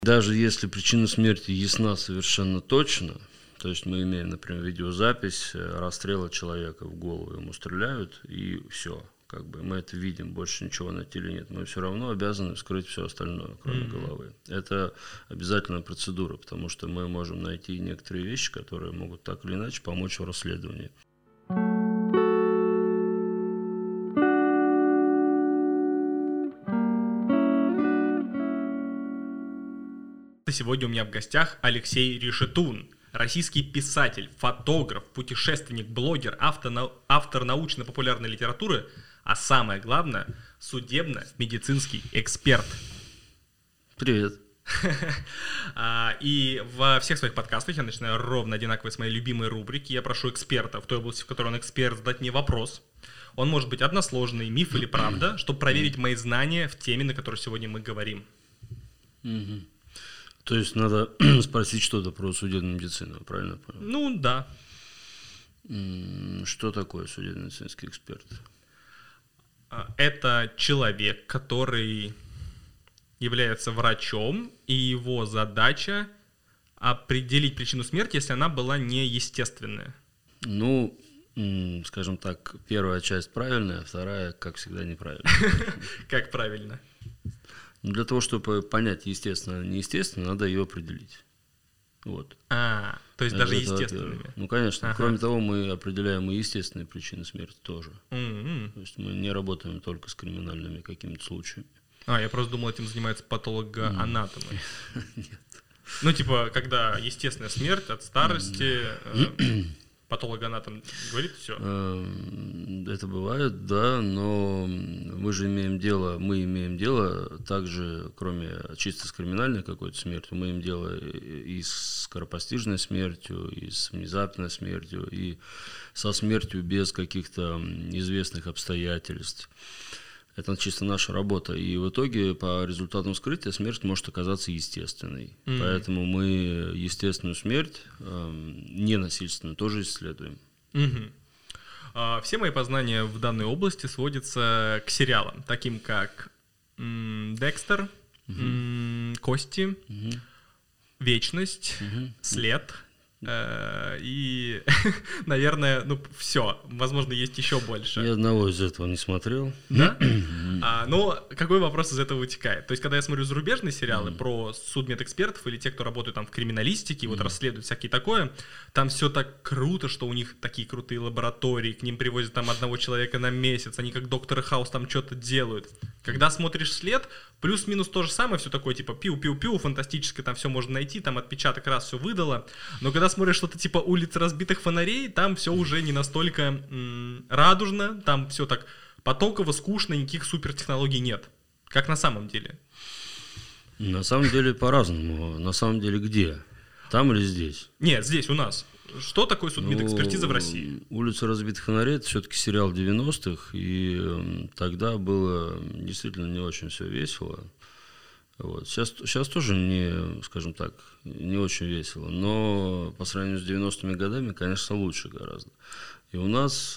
Даже если причина смерти ясна совершенно точно, то есть мы имеем, например, видеозапись расстрела человека, в голову ему стреляют, и все. Как бы мы это видим, больше ничего на теле нет. Мы все равно обязаны вскрыть все остальное, кроме головы. Это обязательная процедура, потому что мы можем найти некоторые вещи, которые могут так или иначе помочь в расследовании. Сегодня у меня в гостях Алексей Решетун, российский писатель, фотограф, путешественник, блогер, автор научно-популярной литературы, а самое главное, судебно-медицинский эксперт. Привет. И во всех своих подкастах я начинаю ровно одинаково с моей любимой рубрики. Я прошу эксперта в той области, в которой он эксперт, задать мне вопрос. Он может быть односложный, миф или правда, чтобы проверить мои знания в теме, на которой сегодня мы говорим. То есть надо спросить что-то про судебную медицину, правильно понял? Ну, да. Что такое судебно-медицинский эксперт? Это человек, который является врачом, и его задача определить причину смерти, если она была неестественная. Ну, скажем так, первая часть правильная, а вторая, как всегда, неправильная. Как правильно? Для того, чтобы понять естественно или неестественно, надо ее определить. Вот. То есть даже естественными. Ну, конечно. Кроме того, мы определяем и естественные причины смерти тоже. То есть мы не работаем только с криминальными какими-то случаями. Я просто думал, этим занимаются патологоанатомы. Нет. Ну, типа, когда естественная смерть от старости, патологоанатом говорит все. Это бывает, да, но мы имеем дело также, кроме чисто с криминальной какой-то смертью, мы имеем дело и с скоропостижной смертью, и с внезапной смертью, и со смертью без каких-то известных обстоятельств. Это чисто наша работа. И в итоге по результатам вскрытия смерть может оказаться естественной. Поэтому мы естественную смерть, ненасильственную, тоже исследуем. Все мои познания в данной области сводятся к сериалам, таким как «Декстер», «Кости», «Вечность», «След». И, наверное, все. Возможно, есть еще больше. Ни одного из этого не смотрел. Да? Но какой вопрос из этого вытекает? То есть, когда я смотрю зарубежные сериалы про судмедэкспертов или те, кто работают там в криминалистике, вот расследуют всякие такое, там все так круто, что у них такие крутые лаборатории, к ним привозят там одного человека на месяц, они как Доктор Хаус там что-то делают. Когда смотришь «След», плюс-минус то же самое, все такое типа пиу-пиу-пиу, фантастическое, там все можно найти, там отпечаток раз все выдало. Но когда смотришь что-то типа «Улиц разбитых фонарей», там все уже не настолько радужно, там все так потоково, скучно, никаких супертехнологий нет. Как на самом деле? На самом деле по-разному. На самом деле где? Там или здесь? Нет, здесь у нас. Что такое судмедэкспертиза в России? «Улица разбитых фонарей» — это все-таки сериал 90-х, и тогда было действительно не очень все весело. Вот. Сейчас тоже не, скажем так, не очень весело, но по сравнению с 90-ми годами, конечно, лучше гораздо. И у нас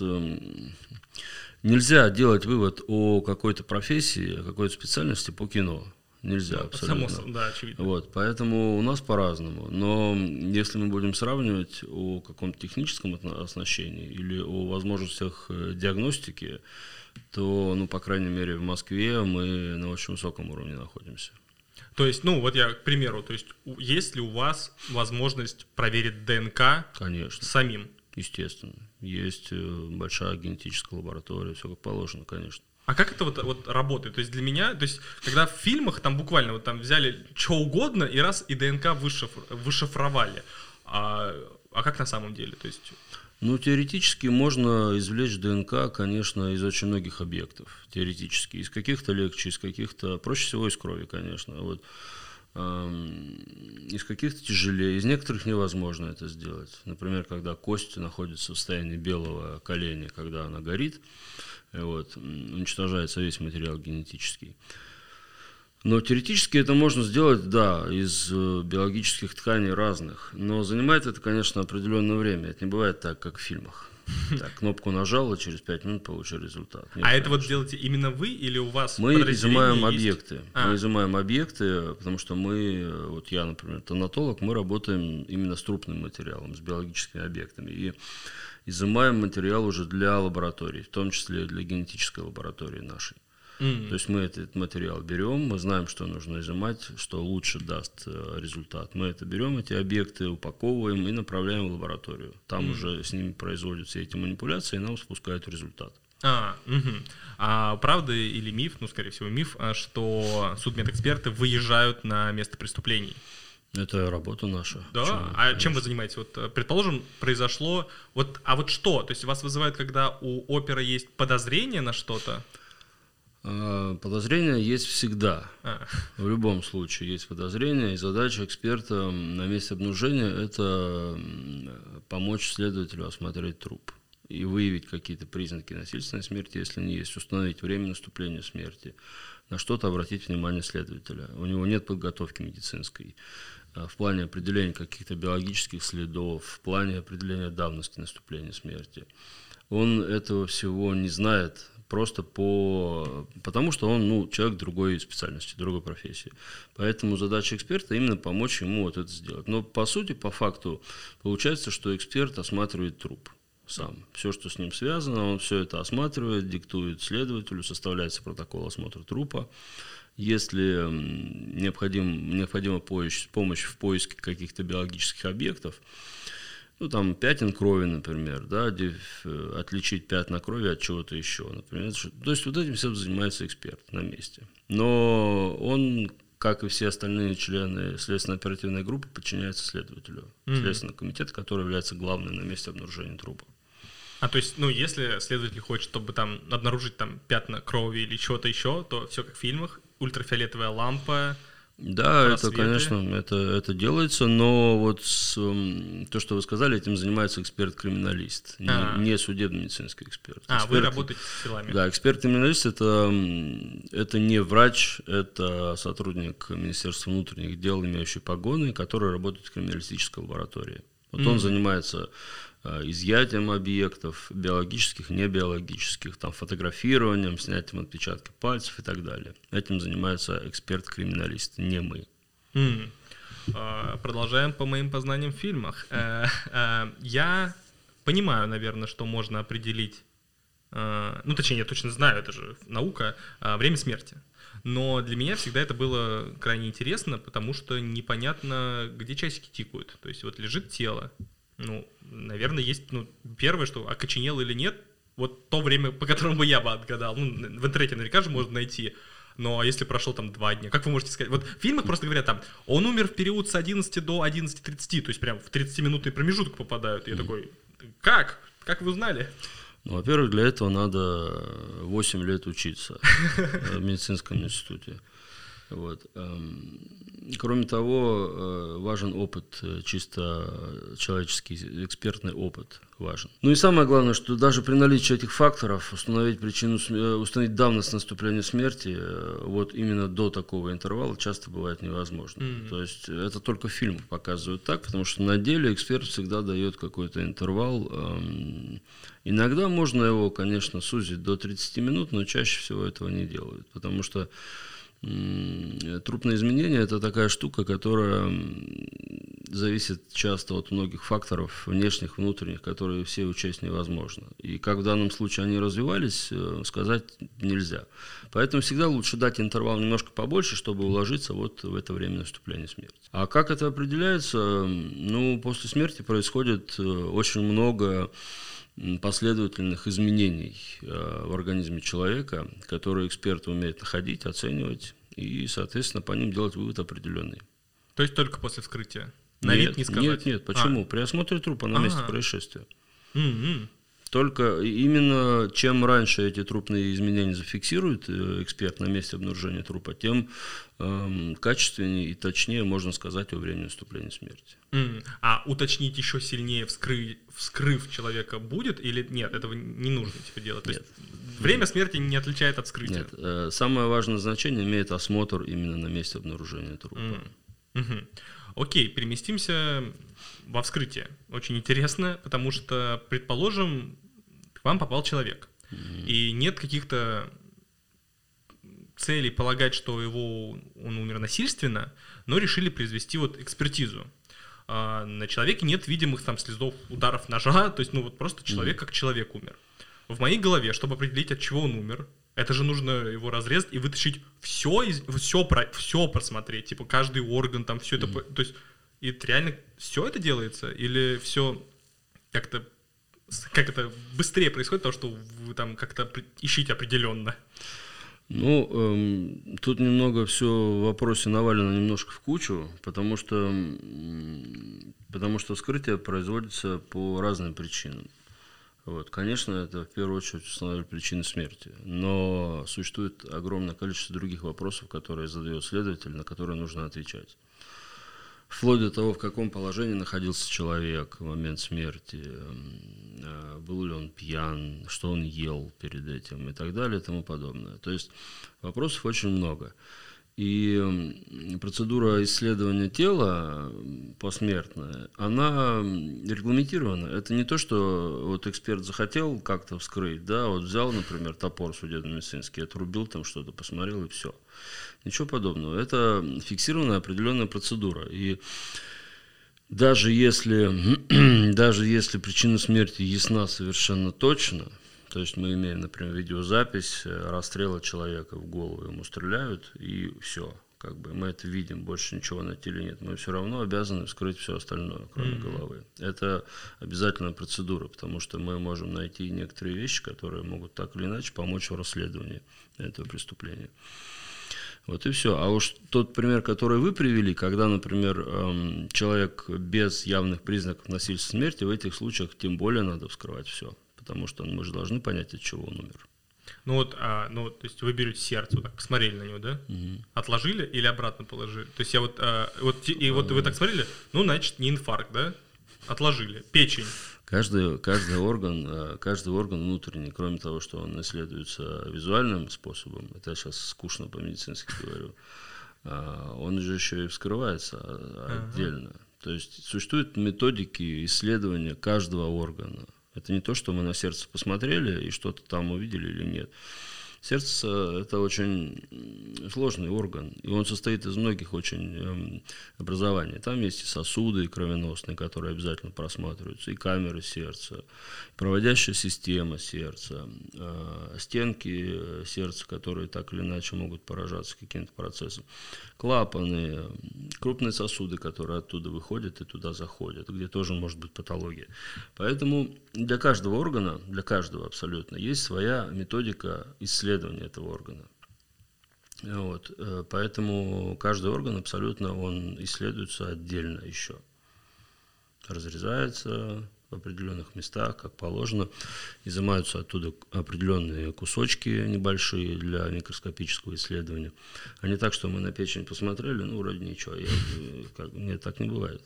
нельзя делать вывод о какой-то профессии, о какой-то специальности по кино. Нельзя, абсолютно. Само, да, очевидно. Вот, поэтому у нас по-разному. Но если мы будем сравнивать о каком-то техническом оснащении или о возможностях диагностики, то, по крайней мере, в Москве мы на очень высоком уровне находимся. То есть, вот я, к примеру, то есть, есть ли у вас возможность проверить ДНК Конечно. Самим? Естественно. Есть большая генетическая лаборатория, все как положено, конечно. А как это вот работает? То есть для меня, то есть когда в фильмах там буквально вот там взяли что угодно и раз и ДНК вышифровали, а как на самом деле? То есть... Теоретически можно извлечь ДНК, конечно, из очень многих объектов. Теоретически. Из каких-то легче, из каких-то... Проще всего из крови, конечно. Вот. Из каких-то тяжелее. Из некоторых невозможно это сделать. Например, когда кость находится в состоянии белого коленя, когда она горит, уничтожается весь материал генетический. Но теоретически это можно сделать, да, из биологических тканей разных. Но занимает это, конечно, определенное время. Это не бывает так, как в фильмах. Так, кнопку нажал, и через 5 минут получил результат. Нет, а это конечно. вот делаете именно вы или у вас Мы изымаем есть? объекты. Мы изымаем объекты, потому что вот я, например, тонатолог, мы работаем именно с трупным материалом, с биологическими объектами. И изымаем материал уже для лабораторий, в том числе для генетической лаборатории нашей. То есть мы этот материал берем, мы знаем, что нужно изымать, что лучше даст результат. Мы это берем, эти объекты упаковываем и направляем в лабораторию. Там уже с ними производят все эти манипуляции, и нам спускают результат. А правда или миф, скорее всего миф, что судмедэксперты выезжают на место преступлений? Это работа наша. Да? Чем вы занимаетесь? Вот, предположим, произошло... Вот что? То есть вас вызывают, когда у опера есть подозрение на что-то? Подозрения есть всегда. В любом случае есть подозрения, и задача эксперта на месте обнаружения – это помочь следователю осмотреть труп и выявить какие-то признаки насильственной смерти, если они есть, установить время наступления смерти, на что-то обратить внимание следователя. У него нет подготовки медицинской в плане определения каких-то биологических следов, в плане определения давности наступления смерти. Он этого всего не знает, просто потому что он человек другой специальности, другой профессии. Поэтому задача эксперта именно помочь ему вот это сделать. Но по сути, по факту, получается, что эксперт осматривает труп сам. Все, что с ним связано, он все это осматривает, диктует следователю, составляется протокол осмотра трупа. Если необходима помощь в поиске каких-то биологических объектов, там пятен крови, например, да, отличить пятна крови от чего-то еще, например. То есть вот этим всем занимается эксперт на месте. Но он, как и все остальные члены следственно-оперативной группы, подчиняется следователю Следственного комитета, который является главным на месте обнаружения трупа. То есть, если следователь хочет, чтобы там обнаружить пятна крови или чего-то еще, то все как в фильмах, ультрафиолетовая лампа. Да, это, конечно, это делается, но вот то, что вы сказали, этим занимается эксперт-криминалист, не судебно-медицинский эксперт. Вы работаете с телами. Да, эксперт-криминалист это не врач, это сотрудник Министерства внутренних дел, имеющий погоны, который работает в криминалистической лаборатории. Вот он занимается изъятием объектов, биологических, небиологических, фотографированием, снятием отпечатков пальцев и так далее. Этим занимается эксперт-криминалист, не мы. Продолжаем по моим познаниям в фильмах. Я понимаю, наверное, что можно определить, точнее, я точно знаю, это же наука, время смерти. Но для меня всегда это было крайне интересно, потому что непонятно, где часики тикают. То есть вот лежит тело, наверное, есть, первое, что окоченел или нет, вот то время, по которому бы я бы отгадал. В интернете наверняка же можно найти. Но если прошло 2 дня, как вы можете сказать? Вот в фильмах просто говорят он умер в период с 11 до 11:30, то есть прям в 30-минутный промежуток попадают. Я такой, как? Как вы узнали? Во-первых, для этого надо 8 лет учиться в медицинском институте. Вот. Кроме того, важен опыт, чисто человеческий, экспертный опыт важен. И самое главное, что даже при наличии этих факторов установить давность наступления смерти вот именно до такого интервала часто бывает невозможно. То есть это только фильмы показывают так, потому что на деле эксперт всегда дает какой-то интервал. Иногда можно его, конечно, сузить до 30 минут, но чаще всего этого не делают, потому что трупные изменения – это такая штука, которая зависит часто от многих факторов, внешних, внутренних, которые все учесть невозможно. И как в данном случае они развивались, сказать нельзя. Поэтому всегда лучше дать интервал немножко побольше, чтобы уложиться вот в это время наступления смерти. А как это определяется? После смерти происходит очень много последовательных изменений в организме человека, которые эксперты умеют находить, оценивать и, соответственно, по ним делать вывод определенный. То есть только после вскрытия? На вид не сказать? Нет. Почему? При осмотре трупа на месте происшествия. Только именно чем раньше эти трупные изменения зафиксирует эксперт на месте обнаружения трупа, тем качественнее и точнее можно сказать о времени наступления смерти. А уточнить еще сильнее, вскрыв человека, будет или нет? Этого не нужно делать? Нет. То есть время смерти не отличает от вскрытия? Нет. Самое важное значение имеет осмотр именно на месте обнаружения трупа. Окей, переместимся во вскрытие. Очень интересно, потому что, предположим, к вам попал человек, и нет каких-то целей полагать, что он умер насильственно, но решили произвести вот экспертизу. На человеке нет видимых там следов ударов ножа, то есть просто человек как человек умер. В моей голове, чтобы определить, от чего он умер, это же нужно его разрезать и вытащить все просмотреть, типа каждый орган, там все это, то есть и реально все это делается, или все как это быстрее происходит, потому что вы там как-то ищите определенно? Тут немного все в вопросе навалено немножко в кучу, потому что вскрытие производится по разным причинам. Вот, конечно, это в первую очередь устанавливает причины смерти, но существует огромное количество других вопросов, которые задает следователь, на которые нужно отвечать. Вплоть до того, в каком положении находился человек в момент смерти, был ли он пьян, что он ел перед этим и так далее и тому подобное. То есть вопросов очень много. И процедура исследования тела посмертная, она регламентирована. Это не то, что вот эксперт захотел как-то вскрыть, да, вот взял, например, топор судебно-медицинский, отрубил там что-то, посмотрел и все. Ничего подобного. Это фиксированная определенная процедура. И даже если причина смерти ясна совершенно точно, то есть мы имеем, например, видеозапись расстрела человека в голову, ему стреляют, и все. Как бы мы это видим, больше ничего на теле нет. Мы все равно обязаны вскрыть все остальное, кроме головы. Это обязательная процедура, потому что мы можем найти некоторые вещи, которые могут так или иначе помочь в расследовании этого преступления. Вот и все. А уж тот пример, который вы привели, когда, например, человек без явных признаков насильственной смерти, в этих случаях тем более надо вскрывать все. Потому что мы же должны понять, от чего он умер. То есть вы берете сердце, вот так посмотрели на него, да? Отложили или обратно положили? То есть вы так смотрели, значит, не инфаркт, да? Отложили. Печень. Каждый орган внутренний, кроме того, что он исследуется визуальным способом, это я сейчас скучно по-медицински говорю, он же еще и вскрывается отдельно. То есть существуют методики исследования каждого органа. Это не то, что мы на сердце посмотрели и что-то там увидели или нет. Сердце – это очень сложный орган, и он состоит из многих очень образований. Там есть и сосуды, и кровеносные, которые обязательно просматриваются, и камеры сердца, проводящая система сердца, стенки сердца, которые так или иначе могут поражаться каким-то процессом, клапаны, крупные сосуды, которые оттуда выходят и туда заходят, где тоже может быть патология. Поэтому для каждого органа, для каждого абсолютно, есть своя методика исследования этого органа. Вот. Поэтому каждый орган абсолютно он исследуется отдельно еще. Разрезается в определенных местах, как положено. Изымаются оттуда определенные кусочки небольшие для микроскопического исследования. А не так, что мы на печень посмотрели, вроде ничего. Нет, так не бывает.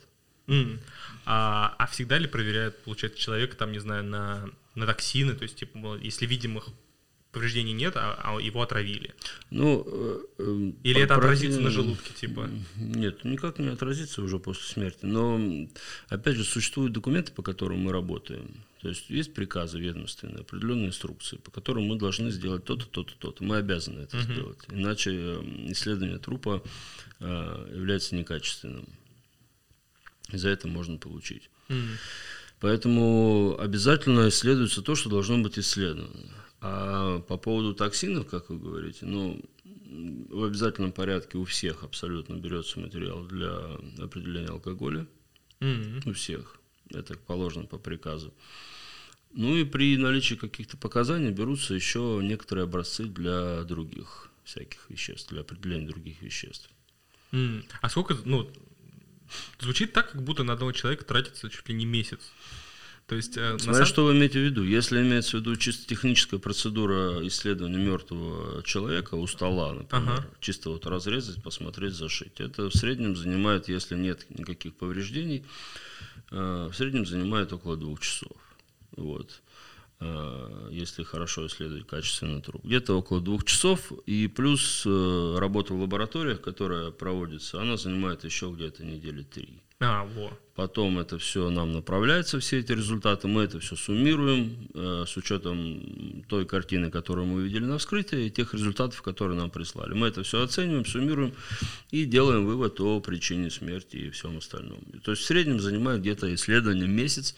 А всегда ли проверяют, получается, человека, там, не знаю, на токсины, то есть, типа, если видимых повреждений нет, а его отравили? Или это отразится на желудке, типа? Нет, никак не отразится уже после смерти. Но, опять же, существуют документы, по которым мы работаем. То есть есть приказы ведомственные, определенные инструкции, по которым мы должны сделать то-то, то-то, то-то. Мы обязаны это сделать. Иначе исследование трупа является некачественным. И за это можно получить. Поэтому обязательно исследуется то, что должно быть исследовано. А по поводу токсинов, как вы говорите, в обязательном порядке у всех абсолютно берется материал для определения алкоголя. У всех. Это положено по приказу. И при наличии каких-то показаний берутся еще некоторые образцы для других всяких веществ, для определения других веществ. А сколько, звучит так, как будто на одного человека тратится чуть ли не месяц. То есть, смотря что вы имеете в виду. Если имеется в виду чисто техническая процедура исследования мертвого человека у стола, например, чисто вот разрезать, посмотреть, зашить. Это в среднем занимает, если нет никаких повреждений, в среднем занимает около 2 часов. Вот. если хорошо исследовать качественный труп. Где-то около 2 часов, и плюс работа в лабораториях, которая проводится, она занимает еще где-то недели 3. Потом это все нам направляется, все эти результаты, мы это все суммируем с учетом той картины, которую мы видели на вскрытии, и тех результатов, которые нам прислали. Мы это все оцениваем, суммируем и делаем вывод о причине смерти и всем остальном. То есть в среднем занимает где-то исследование месяц,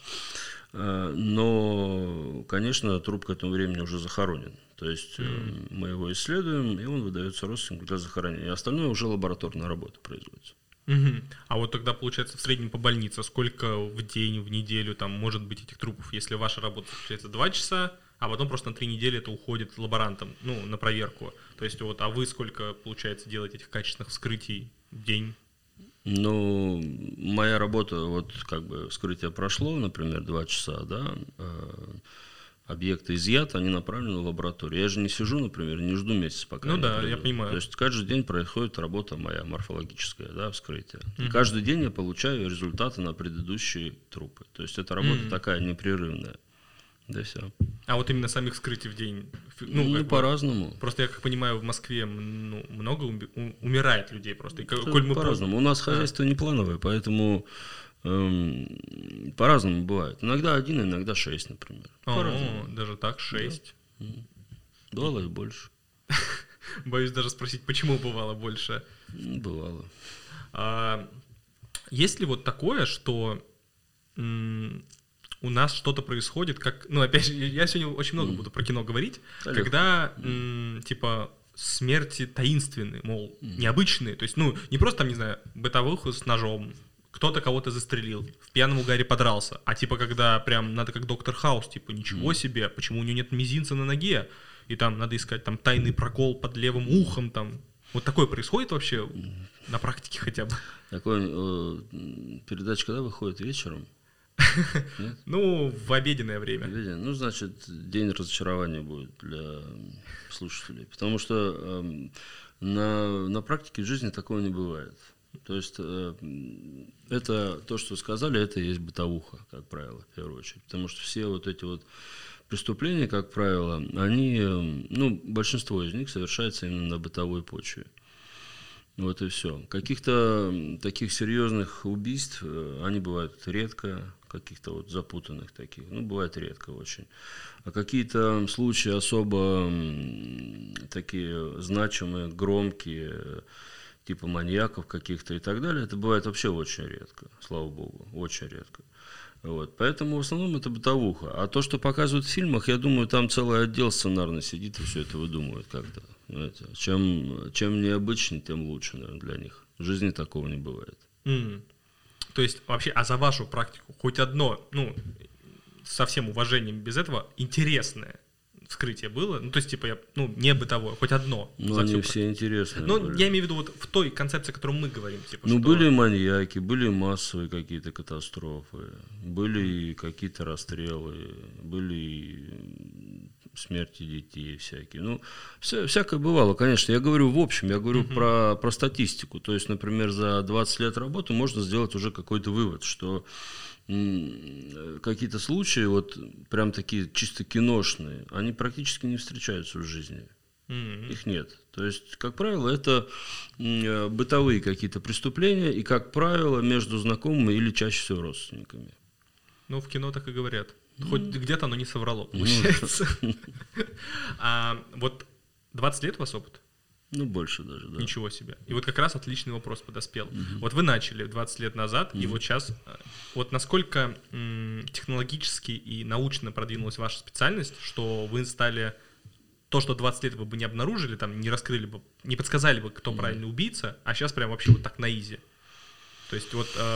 но, конечно, труп к этому времени уже захоронен. То есть мы его исследуем, и он выдается родственнику для захоронения. Остальное уже лабораторная работа производится. А вот тогда, получается, в среднем по больнице сколько в день, в неделю там может быть этих трупов, если ваша работа заключается 2 часа, а потом просто на 3 недели это уходит лаборантам, на проверку. То есть а вы сколько, получается, делаете этих качественных вскрытий в день? Моя работа, вскрытие прошло, например, 2 часа, да, объекты изъяты, они направлены в лабораторию. Я же не сижу, например, не жду месяца, пока они придут. Я понимаю. То есть каждый день происходит работа моя морфологическая, да, вскрытие. И каждый день я получаю результаты на предыдущие трупы. То есть это работа такая непрерывная. Да, все. А вот именно самих вскрытий в день? По-разному. Просто я как понимаю, в Москве много умирает людей просто. По-разному. У нас хозяйство не плановое, поэтому по-разному бывает. Иногда 1, иногда 6, например. Даже так, 6? Да. Бывало и больше. Боюсь даже спросить, почему бывало больше? Бывало. Есть ли вот такое, что у нас что-то происходит, опять же, я сегодня очень много буду про кино говорить, когда, смерти таинственные, мол, необычные, то есть, не просто там, не знаю, бытовуха с ножом, кто-то кого-то застрелил, в пьяном угаре подрался, а когда прям надо как Доктор Хаус, ничего себе, почему у него нет мизинца на ноге, и там надо искать там тайный прокол под левым ухом, там, вот такое происходит вообще на практике хотя бы? Передача когда выходит, вечером? Нет? В обеденное время. Значит, день разочарования будет для слушателей, потому что на практике в жизни такого не бывает. То есть это то, что сказали, это и есть бытовуха, как правило, в первую очередь. Потому что все вот эти вот преступления, как правило, они, большинство из них совершается именно на бытовой почве. Вот и все. Каких-то таких серьезных убийств, они бывают редко, каких-то запутанных таких, бывает редко очень. А какие-то случаи особо такие значимые, громкие, типа маньяков каких-то и так далее, это бывает вообще очень редко, слава богу, очень редко. Поэтому в основном это бытовуха. А то, что показывают в фильмах, я думаю, там целый отдел сценарный сидит и все это выдумывает как-то. Знаете. Чем необычнее, тем лучше, наверное, для них. В жизни такого не бывает. То есть вообще, а за вашу практику хоть одно, со всем уважением без этого, интересное вскрытие было? То есть, не бытовое, хоть одно. Они все интересные. Я имею в виду в той концепции, о которой мы говорим. Были маньяки, были массовые какие-то катастрофы, были и какие-то расстрелы, были и смерти детей всякие. Всякое бывало, конечно. Я говорю в общем, я говорю про статистику. То есть, например, за 20 лет работы можно сделать уже какой-то вывод, что какие-то случаи, прям такие чисто киношные, они практически не встречаются в жизни. Их нет. То есть, как правило, это бытовые какие-то преступления, и, как правило, между знакомыми или чаще всего родственниками. В кино так и говорят. Хоть где-то оно не соврало, получается. А 20 лет у вас опыт? Больше даже, да. Ничего себе. И как раз отличный вопрос подоспел. Вы начали 20 лет назад, и сейчас, насколько технологически и научно продвинулась ваша специальность, что вы стали то, что 20 лет вы бы не обнаружили, там, не раскрыли бы, не подсказали бы, кто правильный убийца, а сейчас прям вообще так на изи. То есть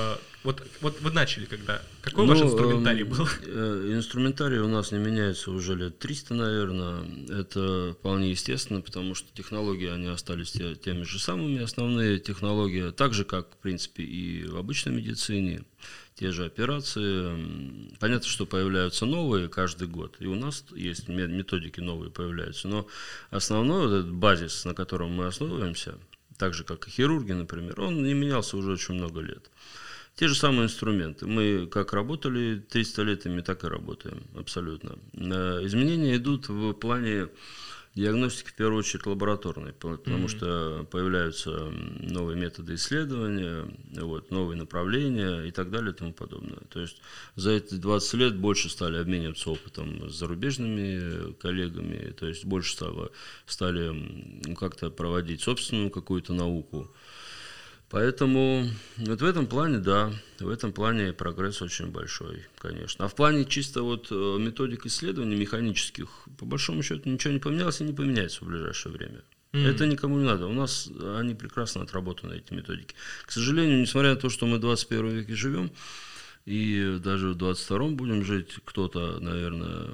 вы начали когда? Какой ваш инструментарий был? Инструментарий у нас не меняется уже лет 300, наверное. Это вполне естественно, потому что технологии, они остались теми же самыми, основные технологии. Так же, как, в принципе, и в обычной медицине. Те же операции. Понятно, что появляются новые каждый год. И у нас есть методики новые появляются. Но основной этот базис, на котором мы основываемся, так же, как и хирурги, например, он не менялся уже очень много лет. Те же самые инструменты. Мы как работали 300 лет, так и работаем. Абсолютно. Изменения идут в плане диагностики, в первую очередь, лабораторной, потому что появляются новые методы исследования, новые направления и так далее и тому подобное. То есть за эти 20 лет больше стали обмениваться опытом с зарубежными коллегами, то есть больше стали как-то проводить собственную какую-то науку. Поэтому в этом плане, да, в этом плане прогресс очень большой, конечно. А в плане чисто методик исследований механических, по большому счету, ничего не поменялось и не поменяется в ближайшее время. Это никому не надо. У нас они прекрасно отработаны, эти методики. К сожалению, несмотря на то, что мы в 21 веке живем, и даже в 22-м будем жить, кто-то, наверное...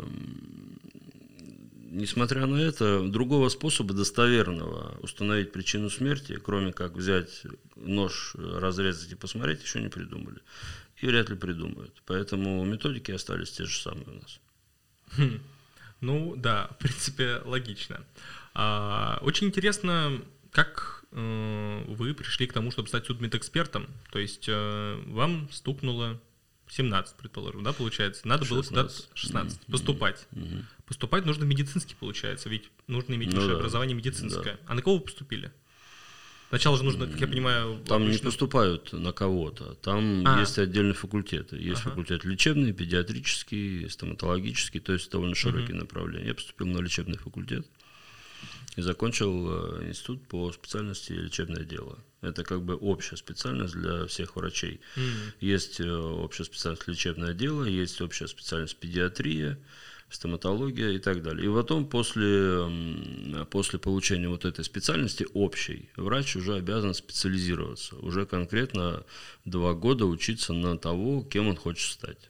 Несмотря на это, другого способа достоверного установить причину смерти, кроме как взять нож, разрезать и посмотреть, еще не придумали. И вряд ли придумают. Поэтому методики остались те же самые у нас. Ну да, в принципе, логично. Очень интересно, как вы пришли к тому, чтобы стать судмедэкспертом. То есть вам стукнуло 17, предположим, да, получается? Надо 16. Было куда-то 16 поступать. Поступать нужно медицински, получается, ведь нужно иметь высшее образование медицинское. Да. А на кого вы поступили? Сначала же нужно, как я понимаю... Там не поступают на кого-то. Там есть отдельные факультеты. Есть факультет лечебный, педиатрический, стоматологический, то есть довольно широкие направления. Я поступил на лечебный факультет и закончил институт по специальности лечебное дело. Это как бы общая специальность для всех врачей. Есть общая специальность лечебное дело, есть общая специальность педиатрия, стоматология и так далее. И потом после получения этой специальности общей, врач уже обязан специализироваться, уже конкретно 2 года учиться на того, кем он хочет стать.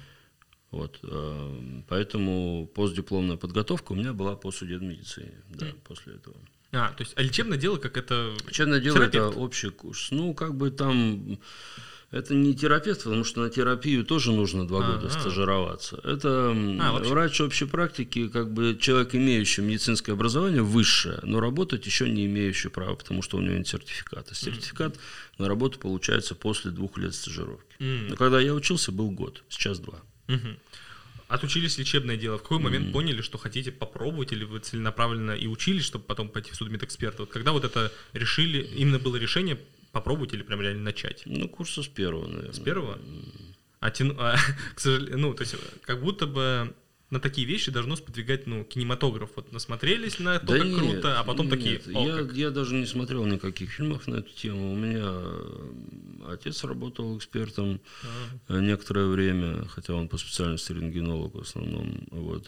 Поэтому постдипломная подготовка у меня была по судебмедицине, после этого. То есть лечебное дело, как это... Лечебное дело — это общий курс. Там... Это не терапевт, потому что на терапию тоже нужно 2 года стажироваться. Это врач общей практики, как бы человек, имеющий медицинское образование высшее, но работать еще не имеющий права, потому что у него нет сертификата. Сертификат на работу получается после 2 лет стажировки. Но когда я учился, был год, сейчас 2. Отучились лечебное дело. В какой момент поняли, что хотите попробовать, или вы целенаправленно и учились, чтобы потом пойти в судмедэксперта? Когда это решили, именно было решение попробовать или прям реально начать? Курса с 1-го, наверное. С 1-го? К сожалению, то есть как будто бы на такие вещи должно сподвигать, кинематограф. Насмотрелись на то, как круто, а потом такие... Я даже не смотрел никаких фильмов на эту тему. У меня отец работал экспертом некоторое время, хотя он по специальности рентгенолог в основном.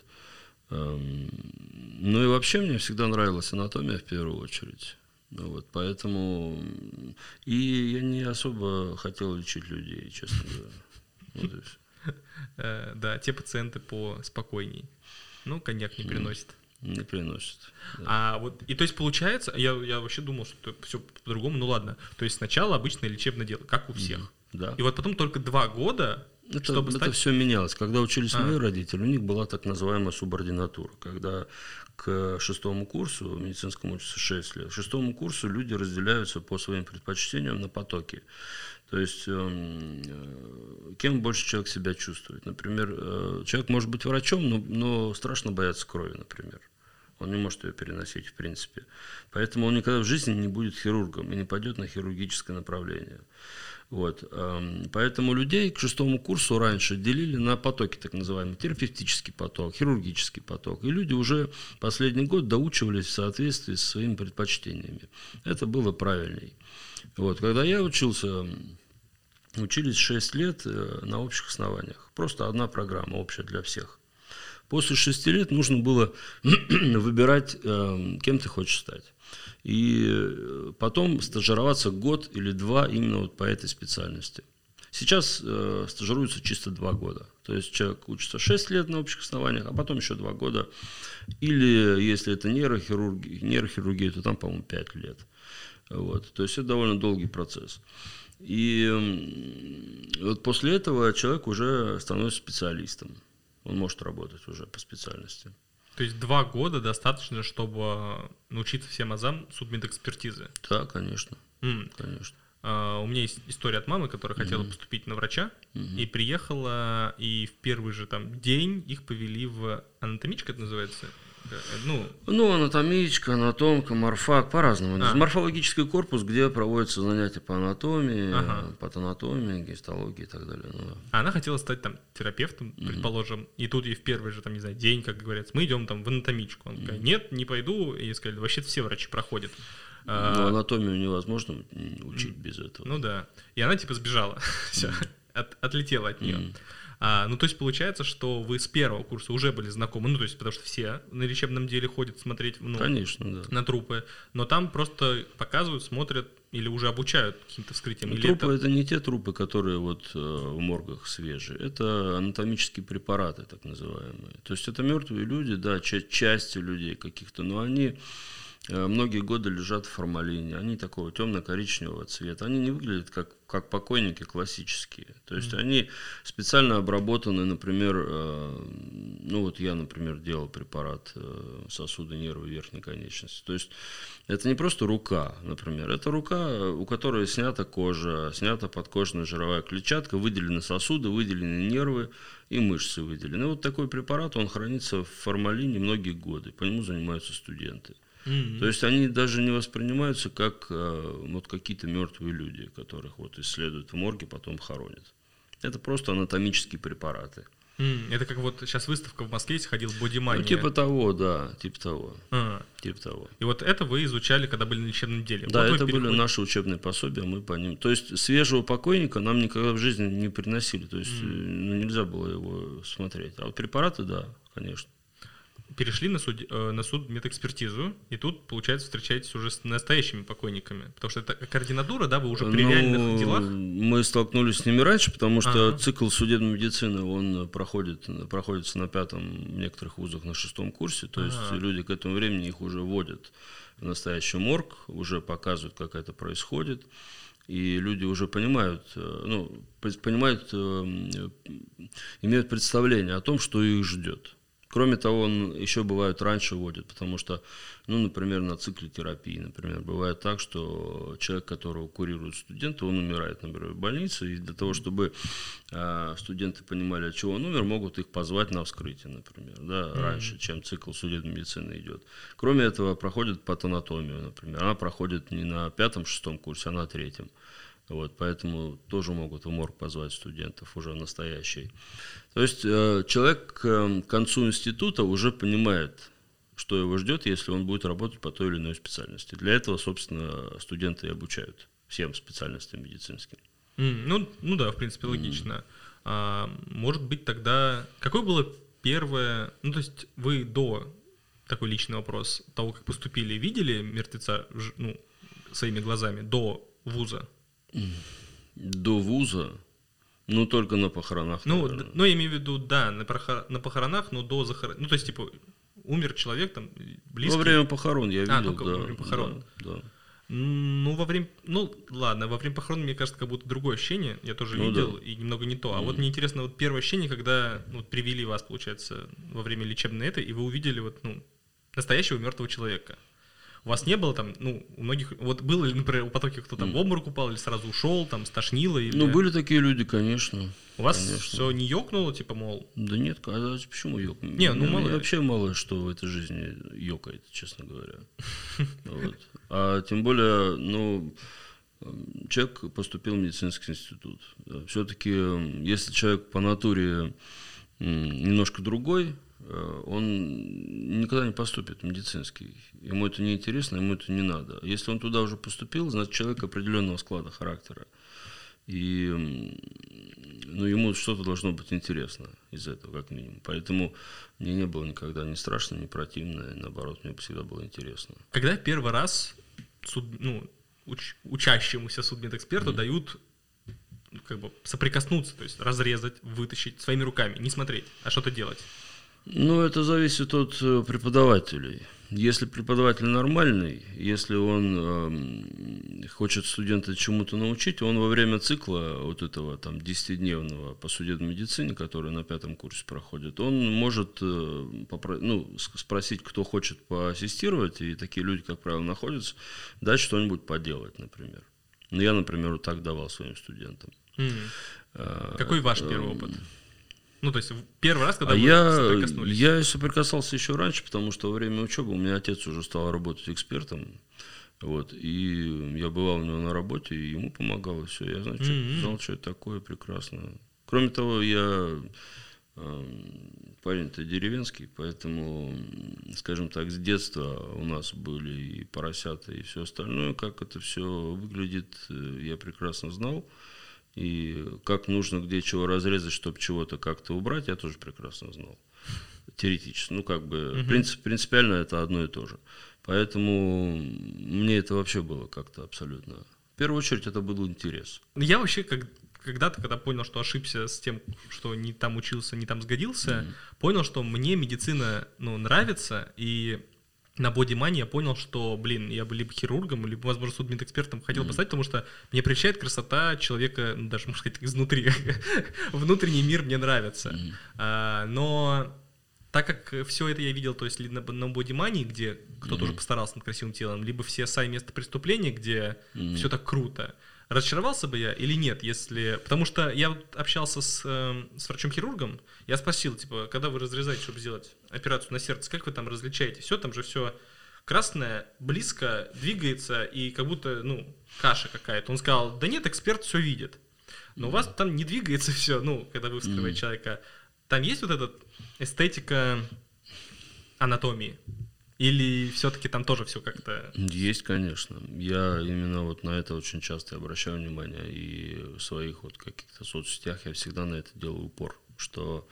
И вообще мне всегда нравилась анатомия в первую очередь. Поэтому и я не особо хотел лечить людей, честно говоря. Да, те пациенты поспокойней. Коньяк не приносит. Не приносит. Да. И то есть получается, я вообще думал, что это все по-другому, ладно. То есть сначала обычное лечебное дело, как у всех. Да. И потом только 2 года, чтобы стать... Это все менялось. Когда учились мои родители, у них была так называемая субординатура, когда к 6-му курсу, медицинскому учатся 6 лет, к 6-му курсу люди разделяются по своим предпочтениям на потоки. То есть, кем больше человек себя чувствует. Например, человек может быть врачом, но страшно бояться крови, например. Он не может ее переносить, в принципе. Поэтому он никогда в жизни не будет хирургом и не пойдет на хирургическое направление. Поэтому людей к 6-му курсу раньше делили на потоки, так называемый терапевтический поток, хирургический поток. И люди уже последний год доучивались в соответствии со своими предпочтениями. Это было правильней. Когда я учился, учились 6 лет на общих основаниях. Просто одна программа общая для всех. После 6 лет нужно было выбирать, кем ты хочешь стать. И потом стажироваться год или 2 именно по этой специальности. Сейчас стажируются чисто 2 года. То есть человек учится 6 лет на общих основаниях, а потом еще 2 года. Или если это нейрохирургия, то там, по-моему, 5 лет. То есть это довольно долгий процесс. И после этого человек уже становится специалистом. Он может работать уже по специальности. То есть 2 года достаточно, чтобы научиться всем азам судмедэкспертизы? Да, конечно. Конечно. У меня есть история от мамы, которая хотела поступить на врача, и приехала, и в первый же там день их повели в анатомичка, это называется? Анатомичка, анатомка, морфак, по-разному. Морфологический корпус, где проводятся занятия по анатомии, патанатомии, гистологии и так далее. А она хотела стать там терапевтом, предположим, и тут ей в первый же, там, не знаю, день, как говорят, мы идем там в анатомичку. Она такая, нет, не пойду, и сказали, вообще все врачи проходят. Но анатомию невозможно учить без этого. Ну да. И она типа сбежала, все, отлетела от нее. То есть получается, что вы с первого курса уже были знакомы, то есть потому что все на лечебном деле ходят смотреть Конечно, да. на трупы, но там просто показывают, смотрят или уже обучают каким-то вскрытиям. Трупы это не те трупы, которые вот в моргах свежие, это анатомические препараты, так называемые. То есть это мертвые люди, да, части людей каких-то, но они многие годы лежат в формалине, они такого темно-коричневого цвета, они не выглядят как покойники классические, то есть они специально обработаны, например, я, например, делал препарат сосуда нервы верхней конечности, то есть это не просто рука, например, это рука, у которой снята кожа, снята подкожная жировая клетчатка, выделены сосуды, выделены нервы и мышцы выделены. Вот такой препарат, он хранится в формалине многие годы, по нему занимаются студенты. То есть они даже не воспринимаются как вот какие-то мертвые люди, которых вот исследуют в морге, потом хоронят. Это просто анатомические препараты. Это как вот сейчас выставка в Москве ходил «Бодимания». Типа того, да, типа того. И вот это вы изучали, когда были на лечебном деле? Да, вот это были наши учебные пособия, мы по ним. То есть свежего покойника нам никогда в жизни не приносили, то есть нельзя было его смотреть. А вот препараты, да, конечно. Перешли на судмедэкспертизу, и тут, получается, встречаетесь уже с настоящими покойниками. Потому что это координатура, да, вы уже при реальных делах? Мы столкнулись с ними раньше, потому что цикл судебной медицины, он проходится на 5-м, в некоторых вузах на 6-м курсе. То есть люди к этому времени их уже вводят в настоящий морг, уже показывают, как это происходит. И люди уже понимают, имеют представление о том, что их ждет. Кроме того, он еще бывает раньше вводит, потому что, например, на цикле терапии, например, бывает так, что человек, которого курируют студенты, он умирает, например, в больнице, и для того, чтобы студенты понимали, от чего он умер, могут их позвать на вскрытие, например, раньше, чем цикл судебной медицины идет. Кроме этого, проходит патанатомию, например, она проходит не на 5-6 курсе, а на 3-м. Вот, поэтому тоже могут в морг позвать студентов уже настоящий. То есть человек к концу института уже понимает, что его ждет, если он будет работать по той или иной специальности. Для этого, собственно, студенты и обучают всем специальностям медицинским. Да, в принципе, логично. Может быть, тогда... Какое было первое... то есть вы такой личный вопрос, того, как поступили, видели мертвеца своими глазами до вуза? До вуза? Только на похоронах. Я имею в виду, да, на похоронах, но до захоронения. То есть, типа, умер человек, там, близкий. Во время похорон я видел, во время похорон. Да. Во время похорон, мне кажется, как будто другое ощущение. Я тоже видел, и немного не то. А вот мне интересно, вот первое ощущение, когда привели вас, получается, во время лечебной и вы увидели настоящего мертвого человека. У вас не было там, у многих, вот было ли, например, у потоки кто там в обморок упал или сразу ушел, там, стошнило? Или... были такие люди, конечно. У вас все не ёкнуло, типа, мол? Да нет, почему ёкнуло? Мало. Вообще мало что в этой жизни ёкает, честно говоря. А тем более, человек поступил в медицинский институт. Все-таки, если человек по натуре немножко другой, он никогда не поступит в медицинский. Ему это не интересно, ему это не надо. Если он туда уже поступил, значит, человек определенного склада характера. И ему что-то должно быть интересно из этого, как минимум. Поэтому мне не было никогда ни страшно, ни противно. Наоборот, мне всегда было интересно. Когда первый раз учащемуся судмедэксперту дают соприкоснуться, то есть разрезать, вытащить своими руками, не смотреть, а что-то делать? Это зависит от преподавателей. Если преподаватель нормальный, если он хочет студента чему-то научить, он во время цикла вот этого 10-дневного по судебной медицине, который на 5-м курсе проходит, он может спросить, кто хочет поассистировать, и такие люди, как правило, находятся, дать что-нибудь поделать, например. Но я, например, вот так давал своим студентам. Какой ваш первый опыт? Ну, то есть первый раз, когда вы соприкоснулись? Я соприкасался еще раньше, потому что во время учебы у меня отец уже стал работать экспертом. Вот, и я бывал у него на работе, и ему помогал, и все. Я знал, что это такое, прекрасно. Кроме того, я парень-то деревенский, поэтому, скажем так, с детства у нас были и поросята, и все остальное. Как это все выглядит, я прекрасно знал. И как нужно где чего разрезать, чтобы чего-то как-то убрать, я тоже прекрасно знал. Теоретически. Ну, как бы, принципиально это одно и то же. Поэтому мне это вообще было как-то абсолютно... В первую очередь это был интерес. Я вообще когда-то, когда понял, что ошибся с тем, что не там учился, не там сгодился, понял, что мне медицина, нравится, и на бодимане я понял, что, я бы либо хирургом, либо, возможно, судмедэкспертом хотел бы стать, потому что мне прельщает красота человека, даже, можно сказать, изнутри. Внутренний мир мне нравится. Но так как все это я видел, то есть на бодимане, где кто-то уже постарался над красивым телом, либо все сайт место преступления, где все так круто, разочаровался бы я или нет, если... Потому что я вот общался с врачом-хирургом, я спросил, типа, когда вы разрезаете, чтобы сделать операцию на сердце, как вы там различаете? Все, там же все красное, близко, двигается, и как будто, каша какая-то. Он сказал, да нет, эксперт все видит. Но у вас там не двигается все, когда вы вскрываете человека. Там есть вот эта эстетика анатомии? Или все-таки там тоже все как-то... Есть, конечно. Я именно вот на это очень часто обращаю внимание. И в своих вот каких-то соцсетях я всегда на это делаю упор. Что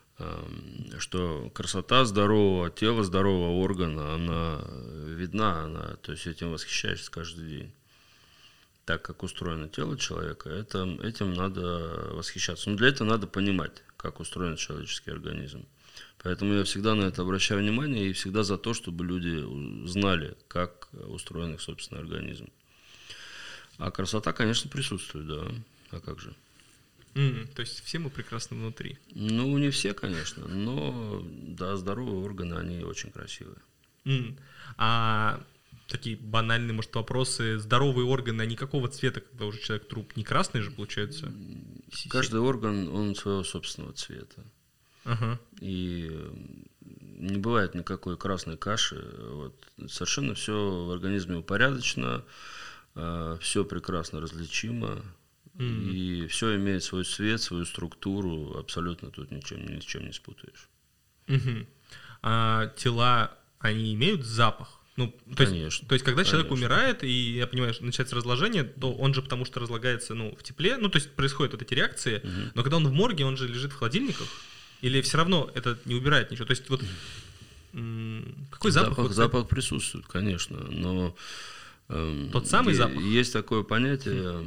красота здорового тела, здорового органа, она видна, то есть этим восхищаешься каждый день. Так как устроено тело человека, этим надо восхищаться. Но для этого надо понимать, как устроен человеческий организм. Поэтому я всегда на это обращаю внимание и всегда за то, чтобы люди знали, как устроен их собственный организм. А красота, конечно, присутствует, да. А как же? То есть все мы прекрасны внутри? Ну, не все, конечно, но да, здоровые органы, они очень красивые. А такие банальные, может, вопросы. Здоровые органы, они какого цвета, когда уже человек труп? Не красный же, получается? Каждый орган, он своего собственного цвета. И не бывает никакой красной каши. Вот. Совершенно все в организме упорядочено, все прекрасно различимо, и все имеет свой цвет, свою структуру. Абсолютно тут ни с чем не спутаешь. А тела, они имеют запах? Конечно. То есть, когда человек умирает, и, я понимаю, начинается разложение, то он же потому что разлагается в тепле, то есть происходят вот эти реакции, но когда он в морге, он же лежит в холодильниках, или все равно это не убирает ничего? То есть вот какой запах? Запах присутствует, конечно, но тот самый запах? Есть такое понятие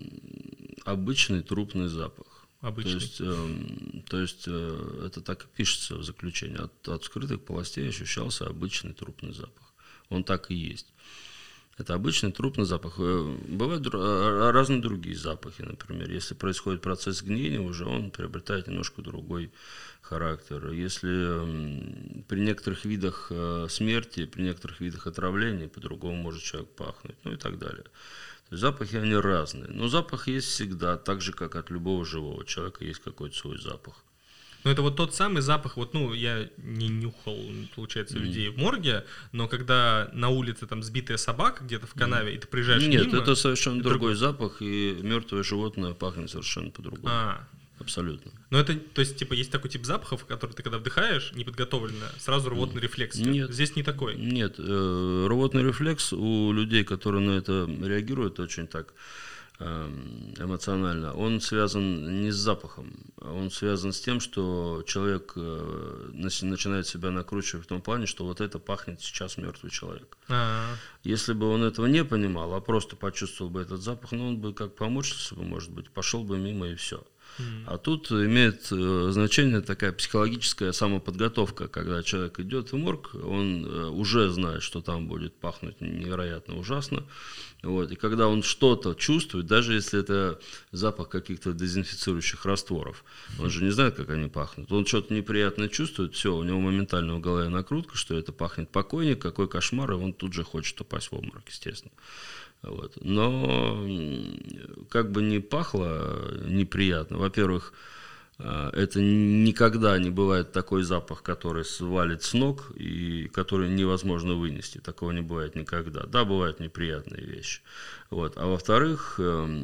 обычный трупный запах. Обычный. То есть это так и пишется в заключении. От вскрытых полостей ощущался обычный трупный запах. Он так и есть. Это обычный трупный запах. Бывают разные другие запахи, например. Если происходит процесс гниения, уже он приобретает немножко другой характер. Если при некоторых видах смерти, при некоторых видах отравления по-другому может человек пахнуть, и так далее. То есть запахи, они разные. Но запах есть всегда, так же, как от любого живого человека есть какой-то свой запах. Это вот тот самый запах, я не нюхал, получается, людей в морге, но когда на улице там сбитая собака где-то в канаве, и ты приезжаешь мимо... Нет, это совершенно другой запах, и мертвое животное пахнет совершенно по-другому. Абсолютно. Но это, то есть, есть такой тип запахов, который ты когда вдыхаешь, неподготовленно, сразу рвотный рефлекс. Нет. Здесь не такой. Нет, рвотный рефлекс у людей, которые на это реагируют очень так эмоционально, он связан не с запахом, он связан с тем, что человек начинает себя накручивать в том плане, что вот это пахнет сейчас мертвый человек. Если бы он этого не понимал, а просто почувствовал бы этот запах, он бы как поморщился бы, может быть, пошел бы мимо и все. А тут имеет значение такая психологическая самоподготовка, когда человек идет в морг, он уже знает, что там будет пахнуть невероятно ужасно. И когда он что-то чувствует, даже если это запах каких-то дезинфицирующих растворов, он же не знает, как они пахнут. Он что-то неприятное чувствует, все, у него моментально в голове накрутка, что это пахнет покойник, какой кошмар, и он тут же хочет упасть в обморок, естественно. Вот. Но как бы ни пахло неприятно, во-первых, это никогда не бывает такой запах, который свалит с ног и который невозможно вынести. Такого не бывает никогда. Да, бывают неприятные вещи. Вот. А во-вторых,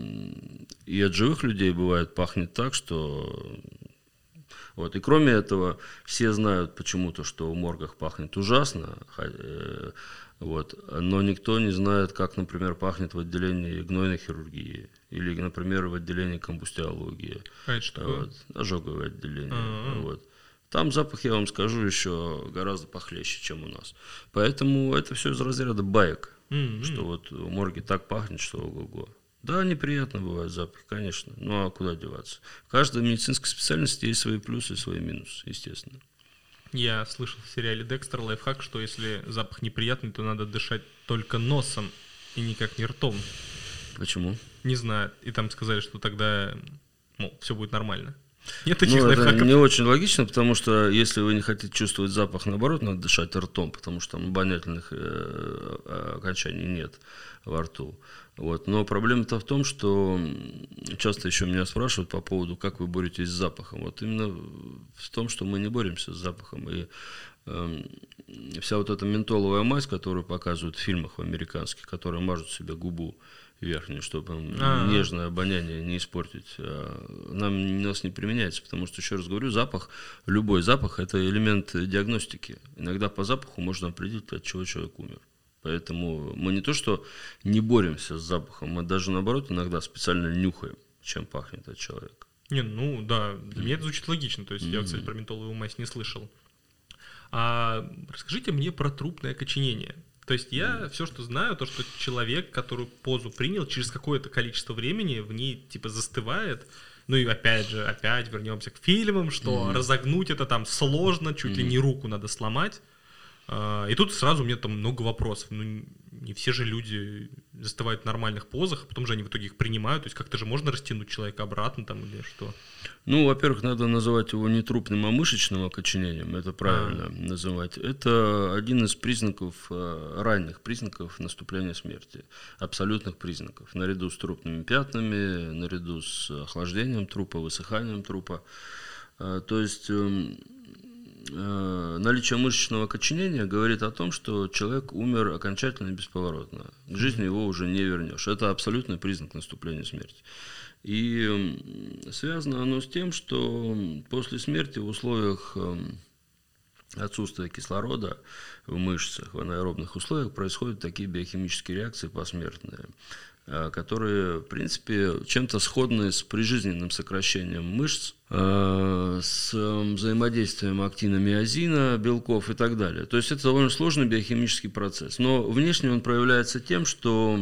и от живых людей бывает пахнет так, что... Вот. И кроме этого, все знают почему-то, что в моргах пахнет ужасно, вот. Но никто не знает, как, например, пахнет в отделении гнойной хирургии или, например, в отделении комбустиологии. А это что такое? Вот. Ожоговое отделение. Вот. Там запах, я вам скажу, еще гораздо похлеще, чем у нас. Поэтому это все из разряда баек, что вот в морге так пахнет, что ого-го. Да, неприятно бывает запах, конечно. Ну, а куда деваться? В каждой медицинской специальности есть свои плюсы и свои минусы, естественно. Я слышал в сериале «Декстер» лайфхак, что если запах неприятный, то надо дышать только носом и никак не ртом. Почему? Не знаю. И там сказали, что тогда, мол, все будет нормально. Нет таких это лайфхаков? Не очень логично, потому что если вы не хотите чувствовать запах, наоборот, надо дышать ртом, потому что там обонятельных окончаний нет во рту. Вот. Но проблема-то в том, что часто еще меня спрашивают по поводу, как вы боретесь с запахом. Вот именно в том, что мы не боремся с запахом. И вся вот эта ментоловая мазь, которую показывают в фильмах американских, которые мажут себе губу верхнюю, чтобы нежное обоняние не испортить, у нас не применяется, потому что, еще раз говорю, запах, любой запах – это элемент диагностики. Иногда по запаху можно определить, от чего человек умер. Поэтому мы не то, что не боремся с запахом, мы даже, наоборот, иногда специально нюхаем, чем пахнет этот человек. Не, ну да, для меня это звучит логично, то есть я, кстати, про ментоловую мазь не слышал. А расскажите мне про трупное окоченение. То есть я все, что знаю, то, что человек, который позу принял, через какое-то количество времени в ней типа застывает. Ну и опять вернемся к фильмам, что разогнуть это там сложно, чуть ли не руку надо сломать. И тут сразу у меня там много вопросов. Ну, не все же люди застывают в нормальных позах, а потом же они в итоге их принимают. То есть как-то же можно растянуть человека обратно там или что? Ну, во-первых, надо называть его не трупным, а мышечным окоченением. Это правильно называть. Это один из признаков, ранних признаков наступления смерти. Абсолютных признаков. Наряду с трупными пятнами, наряду с охлаждением трупа, высыханием трупа. То есть... наличие мышечного окоченения говорит о том, что человек умер окончательно и бесповоротно. К жизни его уже не вернешь. Это абсолютный признак наступления смерти. И связано оно с тем, что после смерти в условиях отсутствия кислорода в мышцах, в анаэробных условиях происходят такие биохимические реакции посмертные, которые, в принципе, чем-то сходны с прижизненным сокращением мышц, с взаимодействием актина-миозина, белков и так далее. То есть это довольно сложный биохимический процесс. Но внешне он проявляется тем, что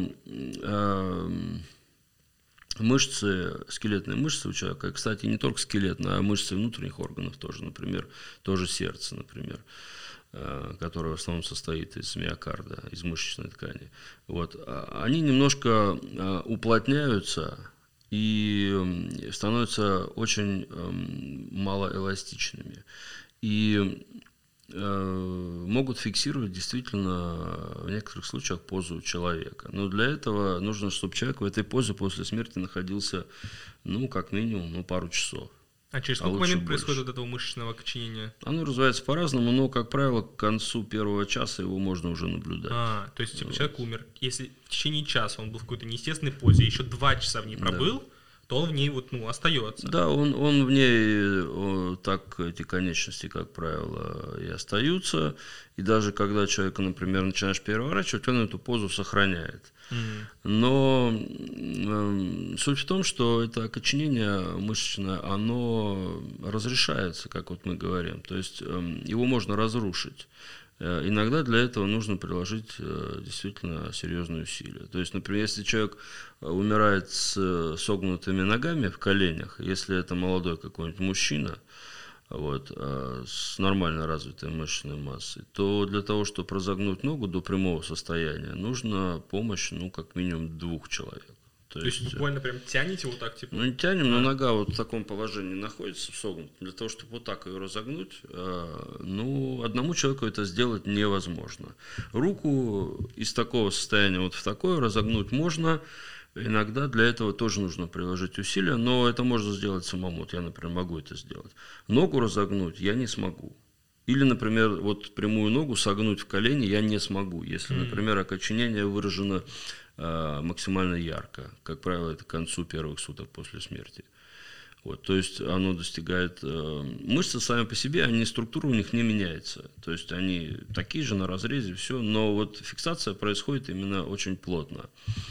мышцы, скелетные мышцы у человека, кстати, не только скелетные, а мышцы внутренних органов тоже, например, тоже сердце, например, которое в основном состоит из миокарда, из мышечной ткани. Вот. Они немножко уплотняются и становятся очень малоэластичными. И могут фиксировать действительно в некоторых случаях позу человека. Но для этого нужно, чтобы человек в этой позе после смерти находился, ну, как минимум, пару часов. А через сколько моментов происходит вот этого мышечного окоченения? Оно развивается по-разному, но, как правило, к концу первого часа его можно уже наблюдать. То есть, типа, человек умер. Если в течение часа он был в какой-то неестественной позе, еще 2 часа в ней пробыл, то он в ней остается. Да, он в ней, так эти конечности, как правило, и остаются. И даже когда человека, например, начинаешь переворачивать, он эту позу сохраняет. Но суть в том, что это окоченение мышечное, оно разрешается, как вот мы говорим. То есть его можно разрушить. Иногда для этого нужно приложить действительно серьезные усилия. То есть, например, если человек умирает с согнутыми ногами в коленях, если это молодой какой-нибудь мужчина, с нормально развитой мышечной массой, то для того, чтобы разогнуть ногу до прямого состояния, нужна помощь, как минимум 2 человек. То есть буквально прям тянете вот так, типа? Ну, не тянем, но нога вот в таком положении находится, согнута. Для того, чтобы вот так ее разогнуть, ну, одному человеку это сделать невозможно. Руку из такого состояния вот в такое разогнуть можно. Иногда для этого тоже нужно приложить усилия, но это можно сделать самому. Вот я, например, могу это сделать. Ногу разогнуть я не смогу. Или, например, вот прямую ногу согнуть в колени я не смогу, если, например, окоченение выражено максимально ярко. Как правило, это к концу первых суток после смерти. Вот, то есть оно достигает... Мышцы сами по себе, структура у них не меняется. То есть они такие же на разрезе, все, но вот фиксация происходит именно очень плотно.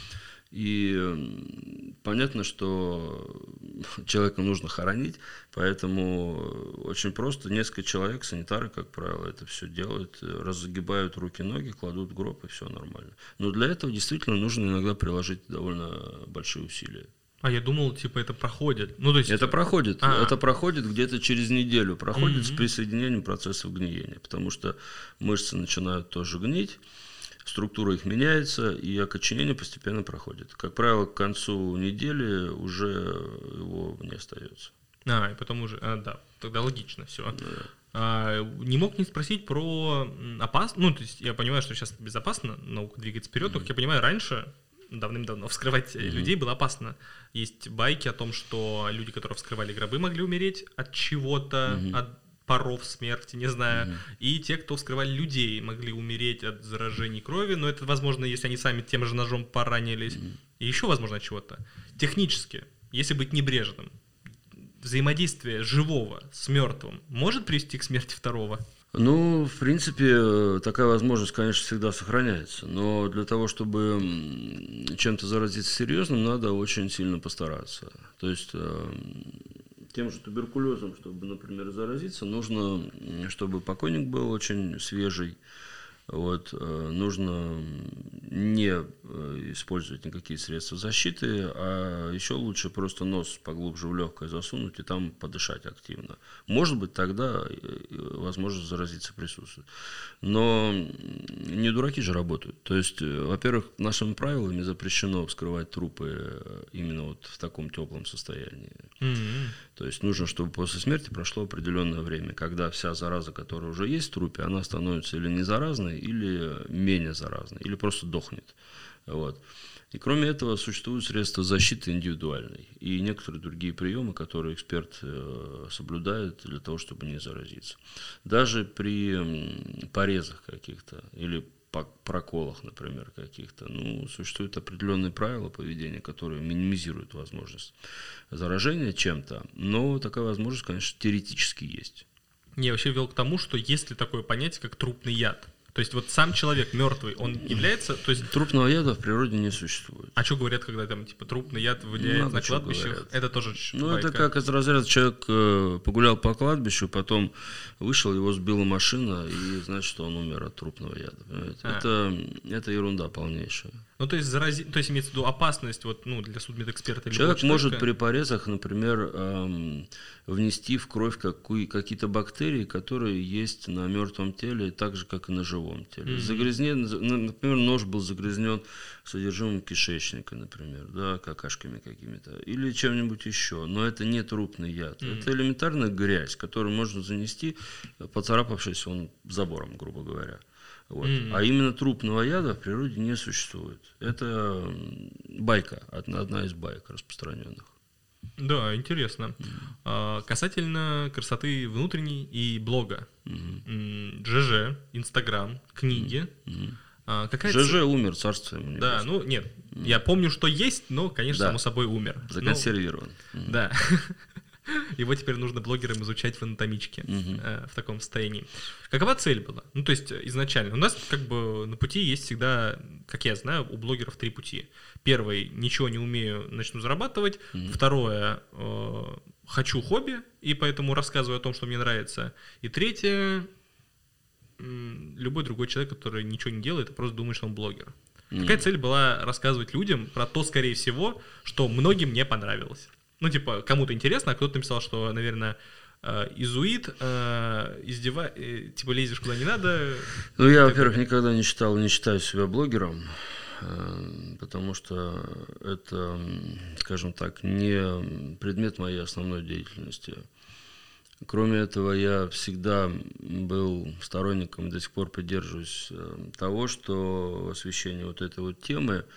И понятно, что человека нужно хоронить, поэтому очень просто несколько человек, санитары, как правило, это все делают, разгибают руки-ноги, кладут в гроб, и все нормально. Но для этого действительно нужно иногда приложить довольно большие усилия. А я думал, типа, это проходит. Ну, то есть... Это проходит. Это проходит где-то через неделю. Проходит с присоединением процессов гниения, потому что мышцы начинают тоже гнить. Структура их меняется, и окоченение постепенно проходит. Как правило, к концу недели уже его не остается. И потом уже, да, тогда логично все. Да. Не мог не спросить про опасность. Ну, то есть я понимаю, что сейчас безопасно, наука двигается вперед, но, как я понимаю, раньше, давным-давно, вскрывать людей было опасно. Есть байки о том, что люди, которые вскрывали гробы, могли умереть от чего-то, от паров смерти, не знаю. И те, кто вскрывали людей, могли умереть от заражений крови, но это возможно, если они сами тем же ножом поранились. И еще, возможно, от чего-то. Технически, если быть небрежным, взаимодействие живого с мертвым может привести к смерти второго? Ну, в принципе, такая возможность, конечно, всегда сохраняется. Но для того, чтобы чем-то заразиться серьезным, надо очень сильно постараться. То есть... Тем же туберкулезом, чтобы, например, заразиться, нужно, чтобы покойник был очень свежий. Вот, нужно не использовать никакие средства защиты, а еще лучше просто нос поглубже в легкое засунуть и там подышать активно. Может быть, тогда возможность заразиться присутствует. Но не дураки же работают. То есть, во-первых, нашими правилами запрещено вскрывать трупы именно вот в таком теплом состоянии. То есть нужно, чтобы после смерти прошло определенное время, когда вся зараза, которая уже есть в трупе, она становится или не заразной, или менее заразной, или просто дохнет. Вот. И кроме этого существуют средства защиты индивидуальной и некоторые другие приемы, которые эксперт соблюдает для того, чтобы не заразиться. Даже при порезах каких-то или проколах, например, каких-то, существуют определенные правила поведения, которые минимизируют возможность заражения чем-то, но такая возможность, конечно, теоретически есть. Я вообще вел к тому, что есть ли такое понятие, как трупный яд? То есть вот сам человек мертвый, он является... То есть... Трупного яда в природе не существует. А что говорят, когда там типа трупный яд выделяют на кладбищах? Это тоже байка. Это как из разряда человек погулял по кладбищу, потом вышел, его сбила машина, и значит, он умер от трупного яда. Это ерунда полнейшая. Ну, то есть, то есть имеется в виду опасность для судмедэксперта. Человек может при порезах, например, внести в кровь какие-то бактерии, которые есть на мертвом теле, так же, как и на живом теле. Например, нож был загрязнен содержимым кишечника, например, да, какашками какими-то, или чем-нибудь еще. Но это не трупный яд. Это элементарная грязь, которую можно занести, поцарапавшись забором, грубо говоря. Вот. А именно трупного яда в природе не существует. Это байка, одна из байк распространенных. Да, интересно. Касательно красоты внутренней и блога. ЖЖ, Инстаграм, книги. ЖЖ умер, царство ему небесное. Да, нет. Я помню, что есть, но, конечно, само собой умер. Законсервирован. Да. Его теперь нужно блогерам изучать в анатомичке в таком состоянии. Какова цель была? То есть изначально у нас на пути есть всегда, как я знаю, у блогеров 3 пути. Первый — ничего не умею, начну зарабатывать. Второе — хочу хобби, и поэтому рассказываю о том, что мне нравится. И третье — любой другой человек, который ничего не делает, а просто думает, что он блогер. Какая цель была рассказывать людям про то, скорее всего, что многим не понравилось? Кому-то интересно, а кто-то написал, что, наверное, изуит, лезешь куда не надо. Я, во-первых, никогда не считаю себя блогером. потому что это, скажем так, не предмет моей основной деятельности. Кроме этого, я всегда был сторонником, до сих пор придерживаюсь того, что в освещении вот этой вот темы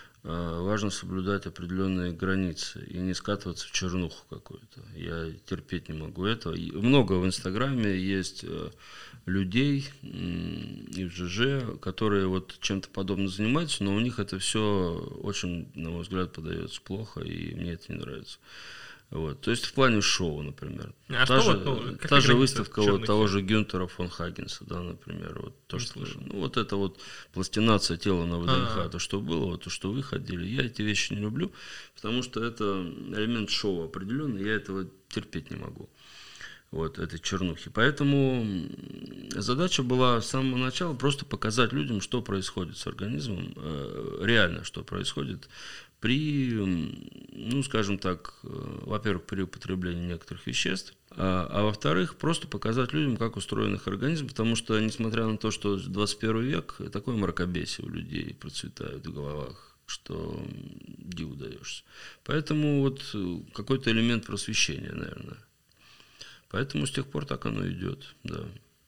важно соблюдать определенные границы и не скатываться в чернуху какую-то. Я терпеть не могу этого. И много в Инстаграме есть людей и в ЖЖ, которые вот чем-то подобным занимаются, но у них это все очень, на мой взгляд, подается плохо, и мне это не нравится. Вот. То есть в плане шоу, например. Та же выставка вот того же Гюнтера фон Хагенса, да, например. Вот, то, что, вот это вот пластинация тела на ВДНХ, то, что было, вот, то, что вы ходили. Я эти вещи не люблю, потому что это элемент шоу определенный, я этого терпеть не могу. Вот, этой чернухи. Поэтому задача была с самого начала просто показать людям, что происходит с организмом, реально, что происходит при, ну, скажем так, во-первых, при употреблении некоторых веществ, а во-вторых, просто показать людям, как устроен их организм, потому что, несмотря на то, что 21 век, такое мракобесие у людей процветает в головах, что диву даешься. Поэтому вот какой-то элемент просвещения, наверное. Поэтому с тех пор так оно идет, да.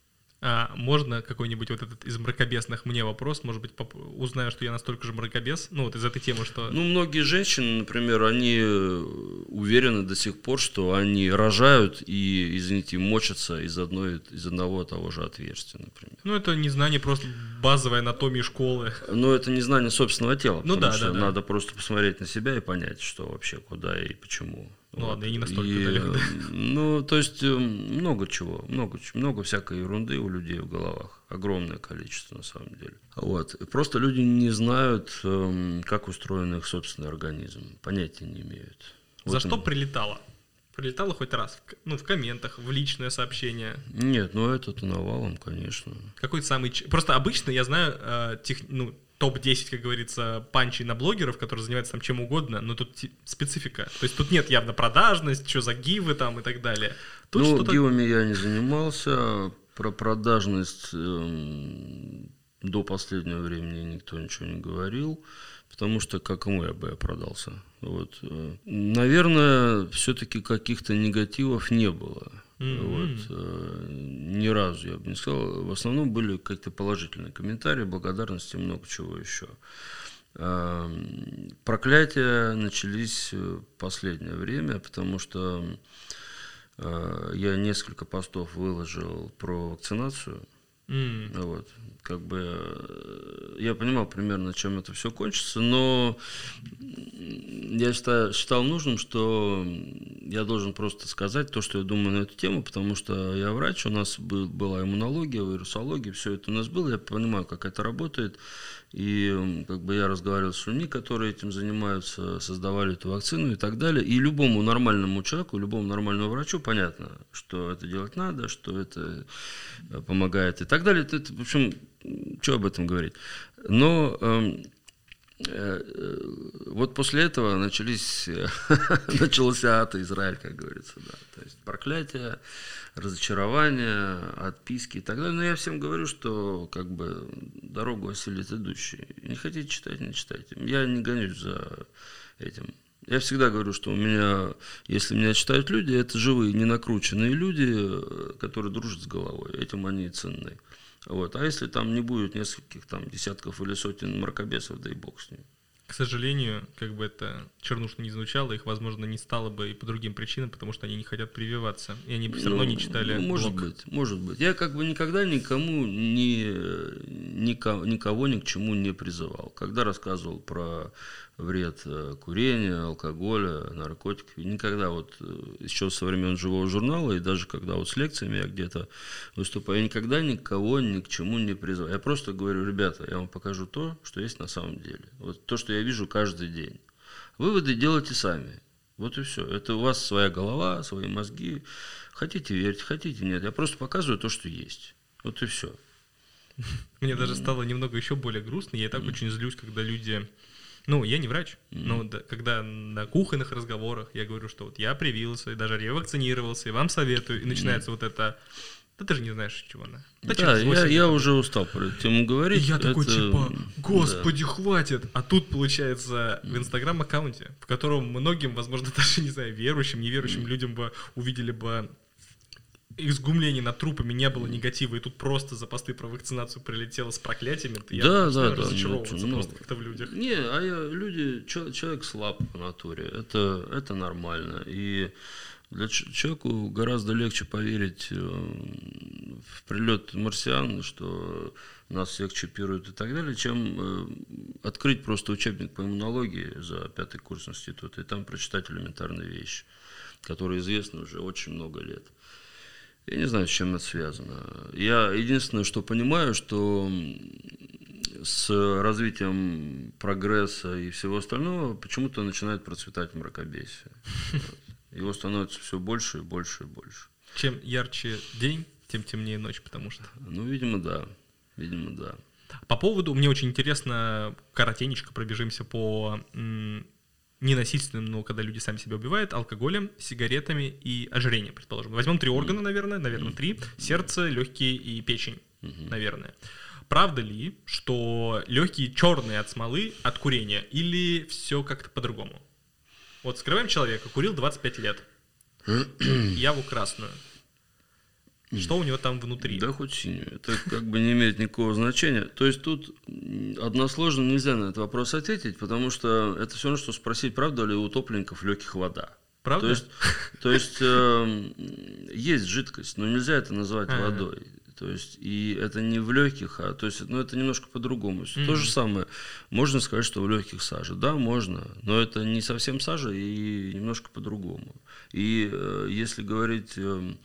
А можно какой-нибудь вот этот из мракобесных мне вопрос? Может быть, узнаю, что я настолько же мракобес? Ну, вот из этой темы, что... Ну, многие женщины, например, они уверены до сих пор, что они рожают и, извините, мочатся из одного того же отверстия, например. Ну, это не знание просто базовой анатомии школы. Ну, это не знание собственного тела, ну, потому что надо просто посмотреть на себя и понять, что вообще, куда и почему. Ну, вот. Ладно, я не настолько далеко. Ну, то есть много чего, много всякой ерунды у людей в головах, огромное количество на самом деле. Вот. Просто люди не знают, как устроен их собственный организм, понятия не имеют. За что прилетало? Прилетало хоть раз? В комментах, в личное сообщение? Нет, ну это-то навалом, конечно. Какой самый... Просто обычно я знаю топ-10, как говорится, панчей на блогеров, которые занимаются там чем угодно, но тут специфика. То есть тут нет явно продажность, что за гивы там и так далее. Тут гивами я не занимался. Про продажность до последнего времени никто ничего не говорил, потому что кому я продался. Вот. Наверное, все-таки каких-то негативов не было. Вот. Ни разу, я бы не сказал. В основном были какие-то положительные комментарии, благодарности, много чего еще. Проклятия начались в последнее время, потому что я несколько постов выложил про вакцинацию. Вот. Как бы я понимал примерно, чем это все кончится, но я считал нужным, что я должен просто сказать то, что я думаю на эту тему, потому что я врач, у нас была иммунология, вирусология, все это у нас было, я понимаю, как это работает, и как бы я разговаривал с людьми, которые этим занимаются, создавали эту вакцину и так далее, и любому нормальному человеку, любому нормальному врачу понятно, что это делать надо, что это помогает и так далее. Это, в общем, что об этом говорить. Но вот после этого начался ад Израиль, как говорится, да. То есть проклятие, разочарование, отписки и так далее. Но я всем говорю, что как бы дорогу осилит идущий. Не хотите читать, не читайте. Я не гонюсь за этим. Я всегда говорю, что у меня, если меня читают люди, это живые, не накрученные люди, которые дружат с головой. Этим они и ценны. Вот. А если там не будет нескольких там десятков или сотен мракобесов, да и бог с ним. К сожалению, как бы это чернушно не звучало, их, возможно, не стало бы и по другим причинам, потому что они не хотят прививаться, и они бы все равно не читали может блог. Может быть. Я как бы никогда никого ни к чему не призывал. Когда рассказывал про вред курения, алкоголя, наркотиков, никогда вот еще со времен живого журнала, и даже когда вот с лекциями я где-то выступаю, я никогда никого ни к чему не призываю. Я просто говорю: ребята, я вам покажу то, что есть на самом деле. Вот то, что я вижу каждый день. Выводы делайте сами. Вот и все. Это у вас своя голова, свои мозги. Хотите верьте, хотите нет. Я просто показываю то, что есть. Вот и все. Мне даже стало немного еще более грустно. Я и так очень злюсь, когда люди... Ну, я не врач, но когда на кухонных разговорах я говорю, что вот я привился и даже ревакцинировался, и вам советую, и начинается вот это: Да ты же не знаешь, чего она. Да, я уже устал про эту тему говорить. И я такой, типа, господи, хватит. А тут, получается, в Инстаграм-аккаунте, в котором многим, возможно, даже, не знаю, верующим, неверующим людям бы увидели бы изгумление над трупами, не было негатива, и тут просто за посты про вакцинацию прилетело с проклятиями. Я начинаю разочаровываться просто как-то в людях. Не, человек слаб по натуре, это нормально. И человеку гораздо легче поверить в прилет марсиан, что нас всех чипируют и так далее, чем открыть просто учебник по иммунологии за 5-й курс института и там прочитать элементарные вещи, которые известны уже очень много лет. Я не знаю, с чем это связано. Я единственное, что понимаю, что с развитием прогресса и всего остального почему-то начинает процветать мракобесие. Его становится все больше и больше и больше. Чем ярче день, тем темнее ночь, потому что... Ну, видимо, да. Видимо, да. По поводу, мне очень интересно, коротенечко пробежимся по ненасильственным, но когда люди сами себя убивают, алкоголем, сигаретами и ожирением, предположим. Возьмем 3 органа, наверное, 3. Сердце, легкие и печень, наверное. Правда ли, что легкие черные от смолы, от курения, или все как-то по-другому? Вот скрываем человека, курил 25 лет, яву красную. Что у него там внутри? Да хоть синюю. Это как бы не имеет никакого значения. То есть тут односложно нельзя на этот вопрос ответить, потому что это все равно, что спросить, правда ли у утопленников легких вода. Правда? То есть есть жидкость, но нельзя это называть водой. То есть, и это не в легких, а то есть, это немножко по-другому. То же самое. Можно сказать, что в легких сажа. Да, можно, но это не совсем сажа и немножко по-другому. И если говорить...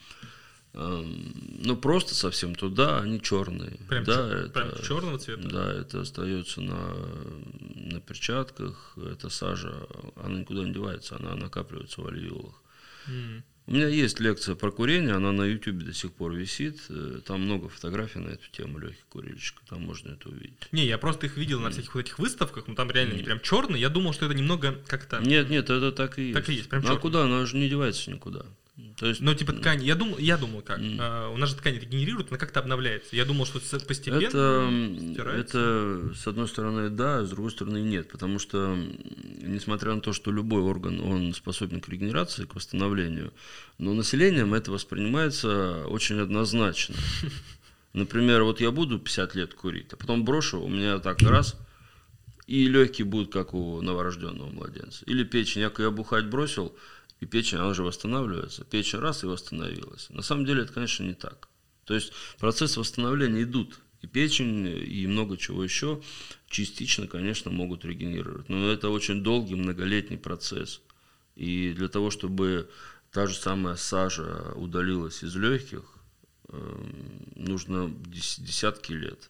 просто совсем туда, они черные. Прям черного цвета? Да, это остается на перчатках, эта сажа, она никуда не девается, она накапливается в альвеолах. У меня есть лекция про курение, она на YouTube до сих пор висит, там много фотографий на эту тему легких курильщиков, там можно это увидеть. Не, я просто их видел на всяких вот этих выставках, но там реально они прям черные, я думал, что это немного как-то... Нет, это так и есть. Так и есть, прям черный. А куда? Она же не девается никуда. То есть, типа ткань, я думал как, у нас же ткань регенерирует, она как-то обновляется. Я думал, что это постепенно стирается. Это, с одной стороны, да, с другой стороны, нет. Потому что, несмотря на то, что любой орган, он способен к регенерации, к восстановлению, но населением это воспринимается очень однозначно. Например, вот я буду 50 лет курить, а потом брошу, у меня так раз, и легкие будут, как у новорожденного младенца. Или печень, я бухать бросил, и печень, она уже восстанавливается. Печень раз и восстановилась. На самом деле это, конечно, не так. То есть процессы восстановления идут. И печень, и много чего еще частично, конечно, могут регенерировать. Но это очень долгий, многолетний процесс. И для того, чтобы та же самая сажа удалилась из легких, нужно десятки лет.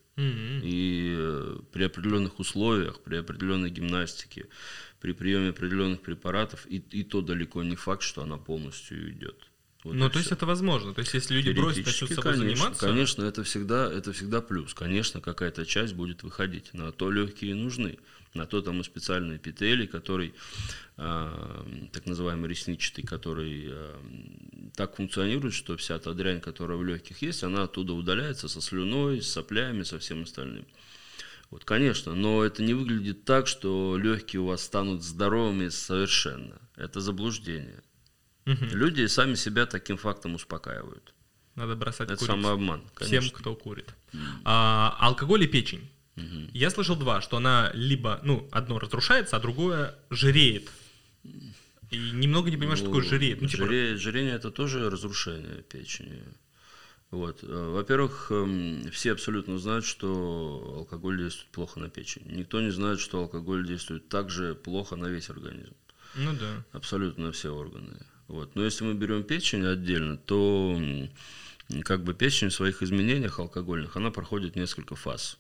И при определенных условиях, при определенной гимнастике, при приеме определенных препаратов, и то далеко не факт, что она полностью уйдет. Вот то есть это возможно. То есть если люди бросят, начнут собой заниматься. Конечно, это всегда плюс. Конечно, какая-то часть будет выходить. На то легкие нужны. На то там и специальный эпителий, который, так называемый ресничатый, который так функционирует, что вся та дрянь, которая в легких есть, она оттуда удаляется со слюной, с соплями, со всем остальным. Вот, конечно, но это не выглядит так, что легкие у вас станут здоровыми совершенно. Это заблуждение. Люди сами себя таким фактом успокаивают. Надо бросать это курить. Это самообман, конечно. Всем, кто курит. Алкоголь и печень. Я слышал 2, что она либо, одно разрушается, а другое жиреет. И немного не понимаю, что такое жиреет. Жирение это тоже разрушение печени. Вот. Во-первых, все абсолютно знают, что алкоголь действует плохо на печень. Никто не знает, что алкоголь действует так же плохо на весь организм. Ну да. Абсолютно на все органы. Вот. Но если мы берем печень отдельно, то как бы печень в своих изменениях алкогольных, она проходит несколько фаз.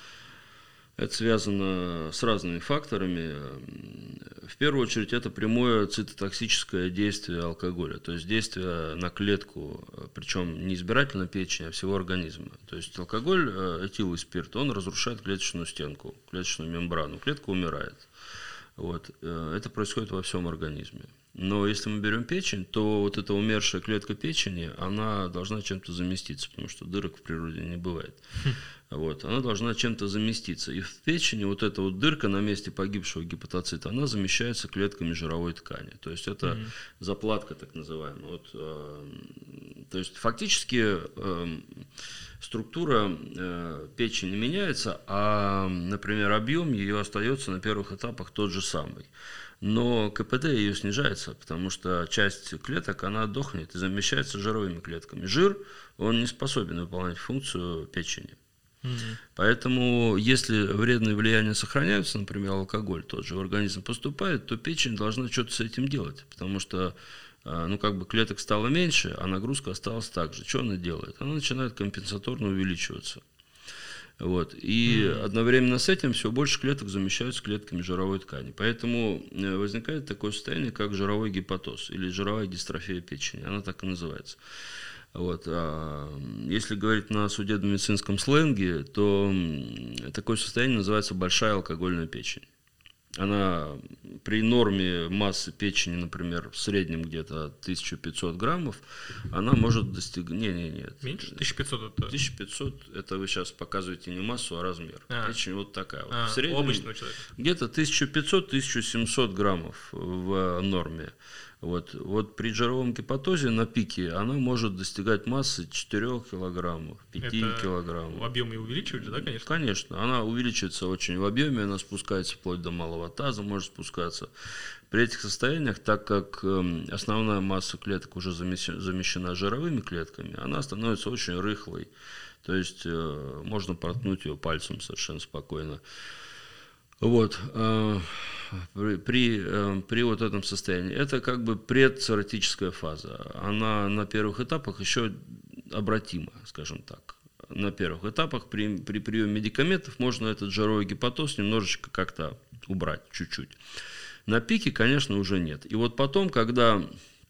Это связано с разными факторами. В первую очередь, это прямое цитотоксическое действие алкоголя, то есть действие на клетку, причем не избирательно печени, а всего организма. То есть алкоголь, этиловый спирт, он разрушает клеточную стенку, клеточную мембрану, клетка умирает. Вот. Это происходит во всем организме. Но если мы берем печень, то вот эта умершая клетка печени, она должна чем-то заместиться, потому что дырок в природе не бывает. Вот, она должна чем-то заместиться. И в печени вот эта вот дырка на месте погибшего гепатоцита, она замещается клетками жировой ткани. То есть это заплатка так называемая. Вот, то есть фактически структура печени меняется, а, например, объем ее остается на первых этапах тот же самый. Но КПД ее снижается, потому что часть клеток, она отдохнет и замещается жировыми клетками. Жир, он не способен выполнять функцию печени. Поэтому, если вредные влияния сохраняются, например, алкоголь тот же в организм поступает, то печень должна что-то с этим делать, потому что клеток стало меньше, а нагрузка осталась так же. Что она делает? Она начинает компенсаторно увеличиваться. Вот. И одновременно с этим все больше клеток замещаются клетками жировой ткани. Поэтому возникает такое состояние, как жировой гепатоз или жировая дистрофия печени. Она так и называется. Вот. Если говорить на судебно-медицинском сленге, то такое состояние называется большая алкогольная печень. Она при норме массы печени, например, в среднем где-то 1500 граммов, она может достигать... Нет. Меньше? 1500 это? 1500 это вы сейчас показываете не массу, а размер. Печень вот такая. Вот. В среднем обычного человека. Где-то 1500-1700 граммов в норме. Вот при жировом гепатозе на пике она может достигать массы 4 килограммов, 5 килограммов. В объеме увеличивается, да, конечно? Конечно. Она увеличивается очень в объеме, она спускается вплоть до малого таза, может спускаться. При этих состояниях, так как основная масса клеток уже замещена жировыми клетками, она становится очень рыхлой. То есть можно проткнуть ее пальцем совершенно спокойно. Вот. При вот этом состоянии это как бы предцирротическая фаза. Она на первых этапах еще обратима, скажем так. На первых этапах при приеме медикаментов можно этот жировой гепатоз немножечко как-то убрать, чуть-чуть. На пике, конечно, уже нет. И вот потом, когда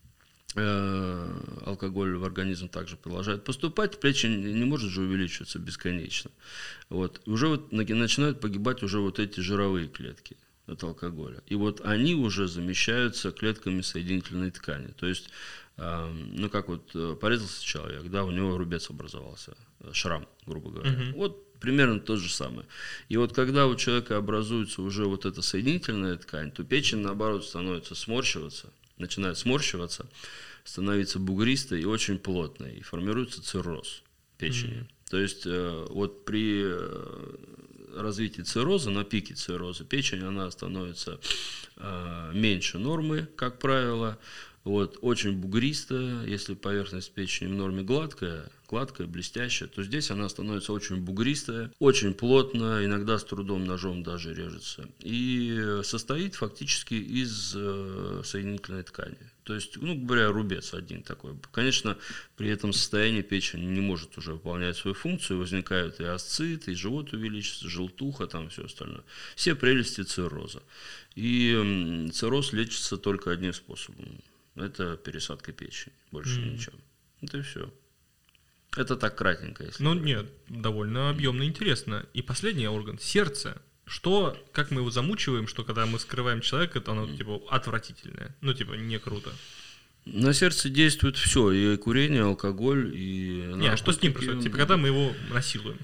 алкоголь в организм также продолжает поступать, печень не может же увеличиваться бесконечно. Вот. И уже начинают погибать уже вот эти жировые клетки от алкоголя. И вот они уже замещаются клетками соединительной ткани. То есть, порезался человек, да, у него рубец образовался, шрам, грубо говоря. Вот примерно то же самое. И вот когда у человека образуется уже вот эта соединительная ткань, то печень, наоборот, начинает сморщиваться, становиться бугристой и очень плотной, и формируется цирроз печени. То есть вот при развитии цирроза, на пике цирроза, печень, она становится меньше нормы, как правило, вот, очень бугристая. Если поверхность печени в норме гладкая, блестящая, то здесь она становится очень бугристая, очень плотная, иногда с трудом ножом даже режется. И состоит фактически из соединительной ткани. То есть, говоря, рубец один такой. Конечно, при этом состоянии печень не может уже выполнять свою функцию, возникают и асциты, и живот увеличится, желтуха, там все остальное. Все прелести цирроза. И цирроз лечится только одним способом. Это пересадка печени, больше ничем. Это и все. Это так кратенько. Нет, довольно объемно интересно. И последний орган, сердце. Как мы его замучиваем, что когда мы скрываем человека, то оно отвратительное. Не круто. На сердце действует все, и курение, и алкоголь, и наркотики. А что с ним происходит? Когда мы его насилуем?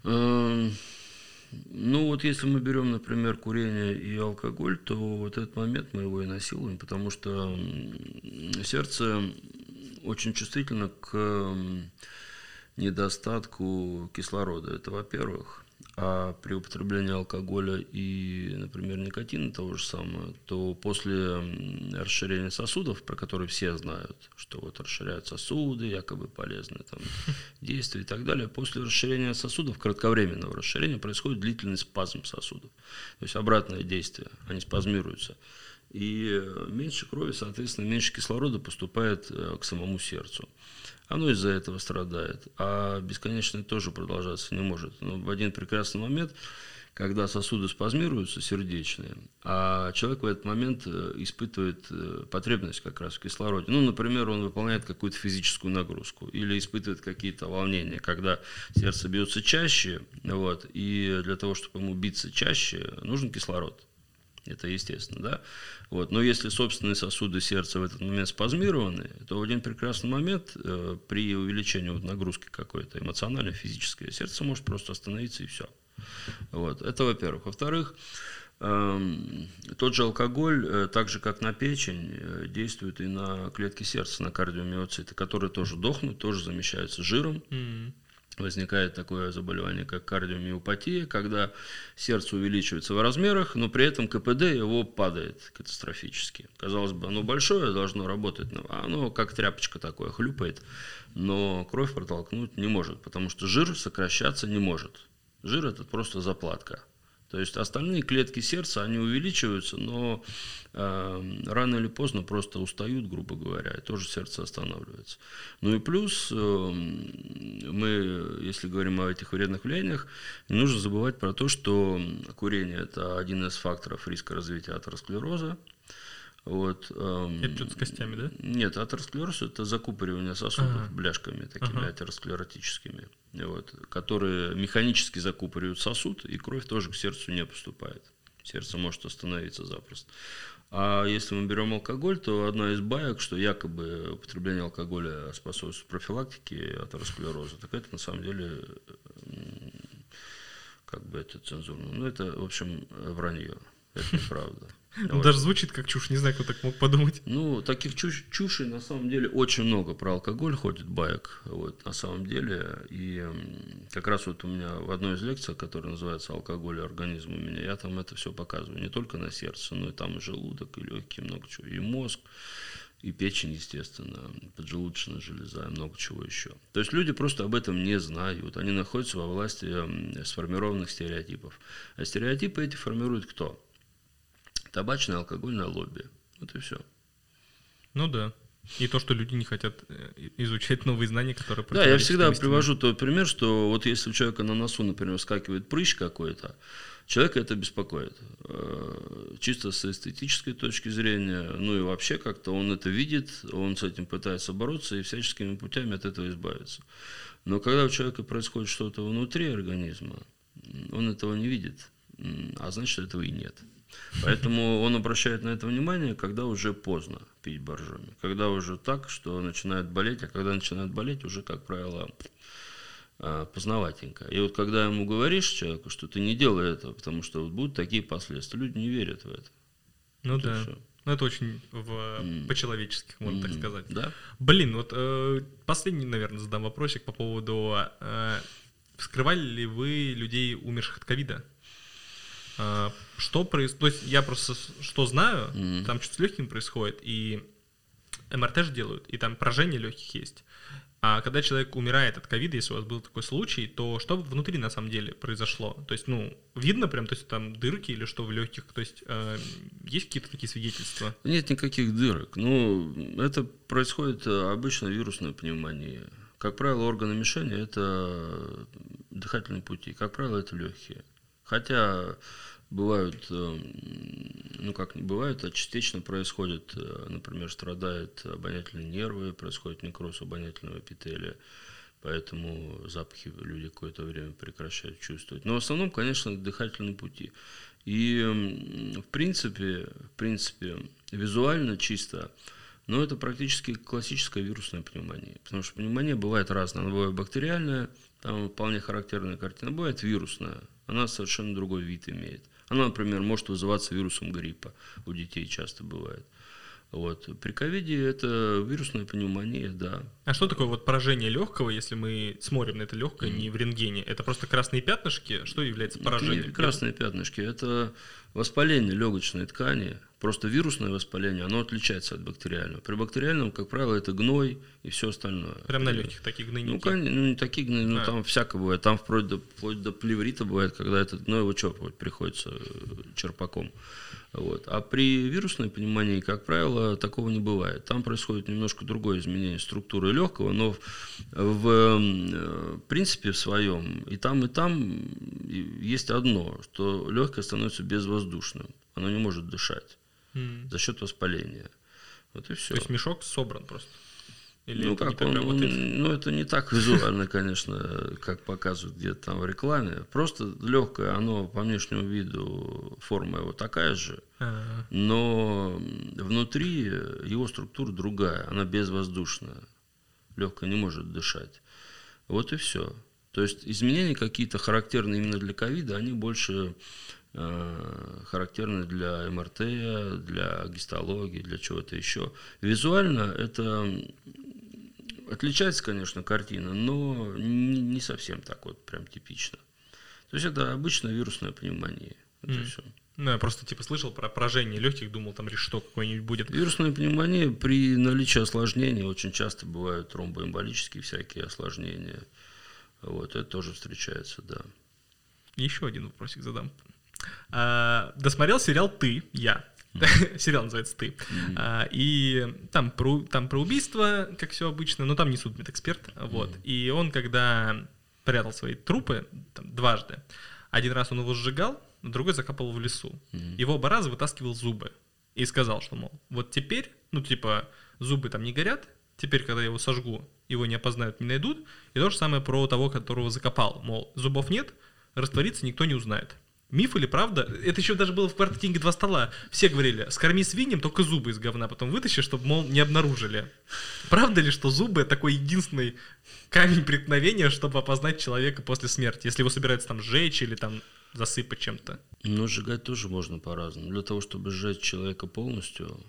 Если мы берем, например, курение и алкоголь, то вот этот момент мы его и насилуем, потому что сердце очень чувствительно к недостатку кислорода. Это, во-первых. А при употреблении алкоголя и, например, никотина того же самого, то после расширения сосудов, про которые все знают, что вот расширяют сосуды, якобы полезные там действия и так далее, после расширения сосудов, кратковременного расширения, происходит длительный спазм сосудов. То есть обратное действие, они спазмируются. И меньше крови, соответственно, меньше кислорода поступает к самому сердцу. Оно из-за этого страдает, а бесконечно тоже продолжаться не может. Но в один прекрасный момент, когда сосуды спазмируются, сердечные, а человек в этот момент испытывает потребность как раз в кислороде. Например, он выполняет какую-то физическую нагрузку или испытывает какие-то волнения, когда сердце бьется чаще, и для того, чтобы ему биться чаще, нужен кислород. Это естественно, да? Вот. Но если собственные сосуды сердца в этот момент спазмированы, то в один прекрасный момент при увеличении нагрузки какой-то эмоциональной, физической, сердце может просто остановиться и все. Вот. Это во-первых. Во-вторых, тот же алкоголь, так же как на печень, действует и на клетки сердца, на кардиомиоциты, которые тоже дохнут, тоже замещаются жиром. Возникает такое заболевание, как кардиомиопатия, когда сердце увеличивается в размерах, но при этом КПД его падает катастрофически. Казалось бы, оно большое, должно работать, а оно как тряпочка такое хлюпает, но кровь протолкнуть не может, потому что жир сокращаться не может. Жир – это просто заплатка. То есть остальные клетки сердца, они увеличиваются, но рано или поздно просто устают, грубо говоря, и тоже сердце останавливается. Ну и плюс, мы, если говорим о этих вредных влияниях, не нужно забывать про то, что курение – это один из факторов риска развития атеросклероза. Вот, это что-то с костями, да? Нет, атеросклероз – это закупоривание сосудов бляшками такими атеросклеротическими, вот, которые механически закупоривают сосуд, и кровь тоже к сердцу не поступает. Сердце может остановиться запросто. А если мы берем алкоголь, то одна из баек, что якобы употребление алкоголя способствует профилактике атеросклероза, так это на самом деле, как бы это цензурно, ну это, в общем, вранье, это неправда. Вот. Даже звучит как чушь, не знаю, кто так мог подумать. Ну, таких чушей на самом деле очень много про алкоголь ходит, баек, вот, на самом деле. И как раз вот у меня в одной из лекций, которая называется «Алкоголь и организм» у меня, я там это все показываю, не только на сердце, но и там и желудок, и легкие, много чего, и мозг, и печень, естественно, поджелудочная железа, и много чего еще. То есть люди просто об этом не знают, они находятся во власти сформированных стереотипов. А стереотипы эти формирует кто? Табачное, алкогольное лобби. Вот и все. Ну да. И то, что люди не хотят изучать новые знания, которые... Да, я всегда привожу тот пример, что вот если у человека на носу, например, вскакивает прыщ какой-то, человека это беспокоит. Чисто с эстетической точки зрения, ну и вообще как-то он это видит, он с этим пытается бороться и всяческими путями от этого избавиться. Но когда у человека происходит что-то внутри организма, он этого не видит, а значит, этого и нет. Поэтому он обращает на это внимание, когда уже поздно пить боржоми. Когда уже так, что начинает болеть, а когда начинает болеть, уже, как правило, поздноватенько. И вот когда ему говоришь человеку, что ты не делай этого, потому что вот будут такие последствия, люди не верят в это. Ну вот да. Ну, это очень по-человечески, можно так сказать. Да? Блин, вот последний, наверное, задам вопросик по поводу, вскрывали ли вы людей, умерших от ковида? Что происходит? То есть я просто что знаю, там что-то с легким происходит, и МРТ же делают, и там поражение легких есть. А когда человек умирает от ковида, если у вас был такой случай, то что внутри на самом деле произошло? То есть, ну, видно прям, то есть там дырки или что в легких? То есть есть какие-то такие свидетельства? Нет никаких дырок. Ну, это происходит обычно вирусная пневмония. Как правило, органы мишени – это дыхательные пути. Как правило, это легкие. Хотя бывают, ну как не бывают, а частично происходит, например, страдают обонятельные нервы, происходит некроз обонятельного эпителия, поэтому запахи люди какое-то время прекращают чувствовать. Но в основном, конечно, дыхательные пути. И в принципе, визуально чисто, но это практически классическая вирусная пневмония, потому что пневмония бывает разная, она бывает бактериальная, там вполне характерная картина, бывает вирусная. Она совершенно другой вид имеет. Она, например, может вызываться вирусом гриппа. У детей часто бывает. Вот. При ковиде это вирусная пневмония, да. А что такое вот поражение легкого, если мы смотрим на это легкое не в рентгене? Это просто красные пятнышки? Что является поражением? Это не красные пятнышки, это воспаление легочной ткани. Просто вирусное воспаление, оно отличается от бактериального. При бактериальном, как правило, это гной и все остальное. Прям на легких такие гнойники? Ну, не такие гнойники, но там всякое бывает. Там вплоть до плеврита бывает, когда этот гной вычерпывать приходится черпаком. Вот. А при вирусной пневмонии, как правило, такого не бывает. Там происходит немножко другое изменение структуры легкого, но в принципе в своем и там есть одно, что легкое становится безвоздушным. Оно не может дышать за счет воспаления. Вот и все. То есть мешок собран просто? Или Ну, это не как так работает? ну, это не так визуально, конечно, как показывают где-то там в рекламе. Просто легкое, оно по внешнему виду, форма его такая же, А, но внутри его структура другая, она безвоздушная. Легкое не может дышать. Вот и все. То есть изменения какие-то характерные именно для ковида, они больше характерны для МРТ, для гистологии, для чего-то еще. Визуально это отличается, конечно, картина, но не совсем так вот прям типично. То есть это обычная вирусная пневмония. Это все. Ну, я просто типа слышал про поражение легких, думал, там решето какое-нибудь будет. Вирусная пневмония при наличии осложнений очень часто бывают тромбоэмболические всякие осложнения. Вот, это тоже встречается, да. Еще один вопросик задам. Досмотрел сериал «Ты», я. Сериал называется «Ты». И там про убийство, как все обычно, но там не судмедэксперт. Вот. И он, когда прятал свои трупы там, дважды, один раз он его сжигал, другой закапывал в лесу. Его оба раза вытаскивал зубы. И сказал, что, мол, вот теперь, ну, типа, зубы там не горят, теперь, когда я его сожгу, его не опознают, не найдут. И то же самое про того, которого закопал. Мол, зубов нет, раствориться никто не узнает. Миф или правда? Это еще даже было в «Квартире деньги, два стола». Все говорили, скорми свиньям, только зубы из говна потом вытащи, чтобы, мол, не обнаружили. Правда ли, что зубы — такой единственный камень преткновения, чтобы опознать человека после смерти, если его собираются там сжечь или там засыпать чем-то? Ну, сжигать тоже можно по-разному. Для того, чтобы сжечь человека полностью,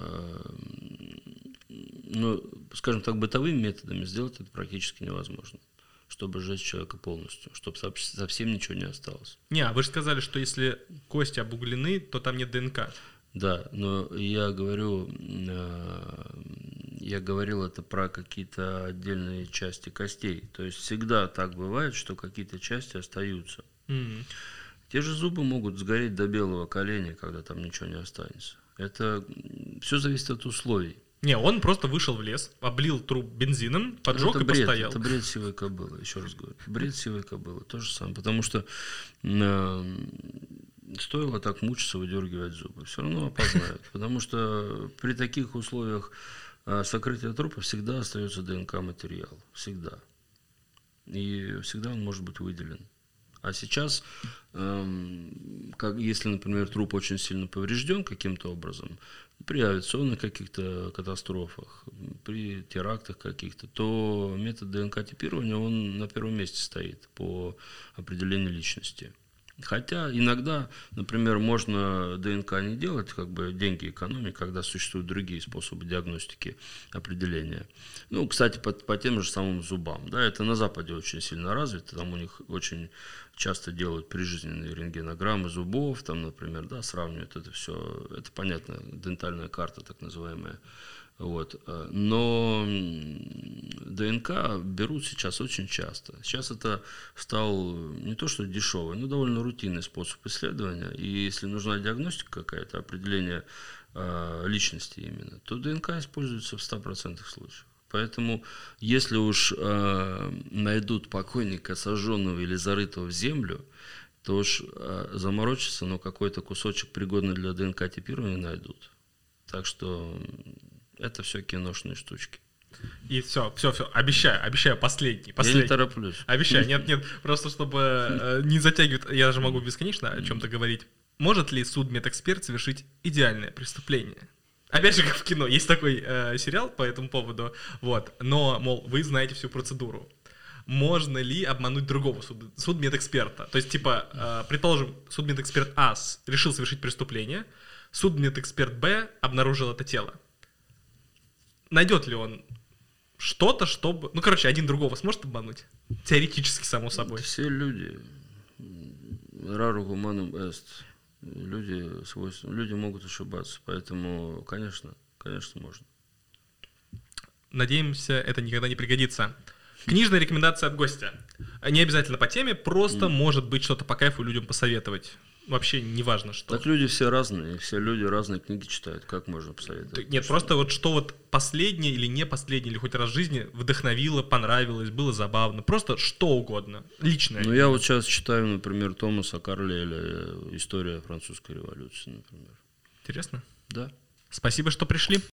ну, скажем так, бытовыми методами сделать это практически невозможно. Чтобы сжечь человека полностью, чтобы совсем ничего не осталось. Не, вы же сказали, что если кости обуглены, то там нет ДНК. Да, но я говорил это про какие-то отдельные части костей. То есть всегда так бывает, что какие-то части остаются. Те же зубы могут сгореть до белого коленя, когда там ничего не останется. Это все зависит от условий. Не, он просто вышел в лес, облил труп бензином, поджег и постоял. Это бред сивой кобылы, еще раз говорю. Бред сивой кобылы, то же самое. Потому что стоило так мучиться, выдергивать зубы. Все равно опознают. Потому что при таких условиях сокрытия трупа всегда остается ДНК-материал. Всегда. И всегда он может быть выделен. А сейчас, если, например, труп очень сильно поврежден каким-то образом, при авиационных каких-то катастрофах, при терактах каких-то, то метод ДНК-типирования, он на первом месте стоит по определению личности. Хотя иногда, например, можно ДНК не делать, как бы деньги экономить, когда существуют другие способы диагностики определения. Ну, кстати, по тем же самым зубам. Да, это на Западе очень сильно развито, там у них очень часто делают прижизненные рентгенограммы зубов, там, например, да, сравнивают это все. Это понятно, дентальная карта так называемая. Вот. Но ДНК берут сейчас очень часто. Сейчас это стал не то что дешевый, но довольно рутинный способ исследования. И если нужна диагностика какая-то, определение личности именно, то ДНК используется в 100% случаев. Поэтому, если уж найдут покойника, сожженного или зарытого в землю, то уж заморочиться, но какой-то кусочек, пригодный для ДНК-типирования, найдут. Так что это все киношные штучки. И все, обещаю, последний. Я не тороплюсь. Обещаю, нет, просто чтобы не затягивать, я же могу бесконечно о чем-то говорить. Может ли судмедэксперт совершить идеальное преступление? Опять же, как в кино, есть такой сериал по этому поводу, вот, но, мол, вы знаете всю процедуру. Можно ли обмануть другого судмедэксперта? То есть, типа, предположим, судмедэксперт А решил совершить преступление, судмедэксперт Б обнаружил это тело. Найдет ли он что-то, чтобы... Ну, короче, один другого сможет обмануть? Теоретически, само собой. Все люди. Рару гуманум эст. Люди могут ошибаться. Поэтому, конечно, можно. Надеемся, это никогда не пригодится. Книжная рекомендация от гостя. Не обязательно по теме, просто может быть что-то по кайфу людям посоветовать. Вообще не важно, что. Так люди все разные, все люди разные книги читают. Как можно посоветовать? Нет, просто вот что вот последнее или не последнее, или хоть раз в жизни вдохновило, понравилось, было забавно. Просто что угодно. Личное. Ну, я вот сейчас читаю, например, Томаса Карлейля «История французской революции», например. Интересно? Да. Спасибо, что пришли.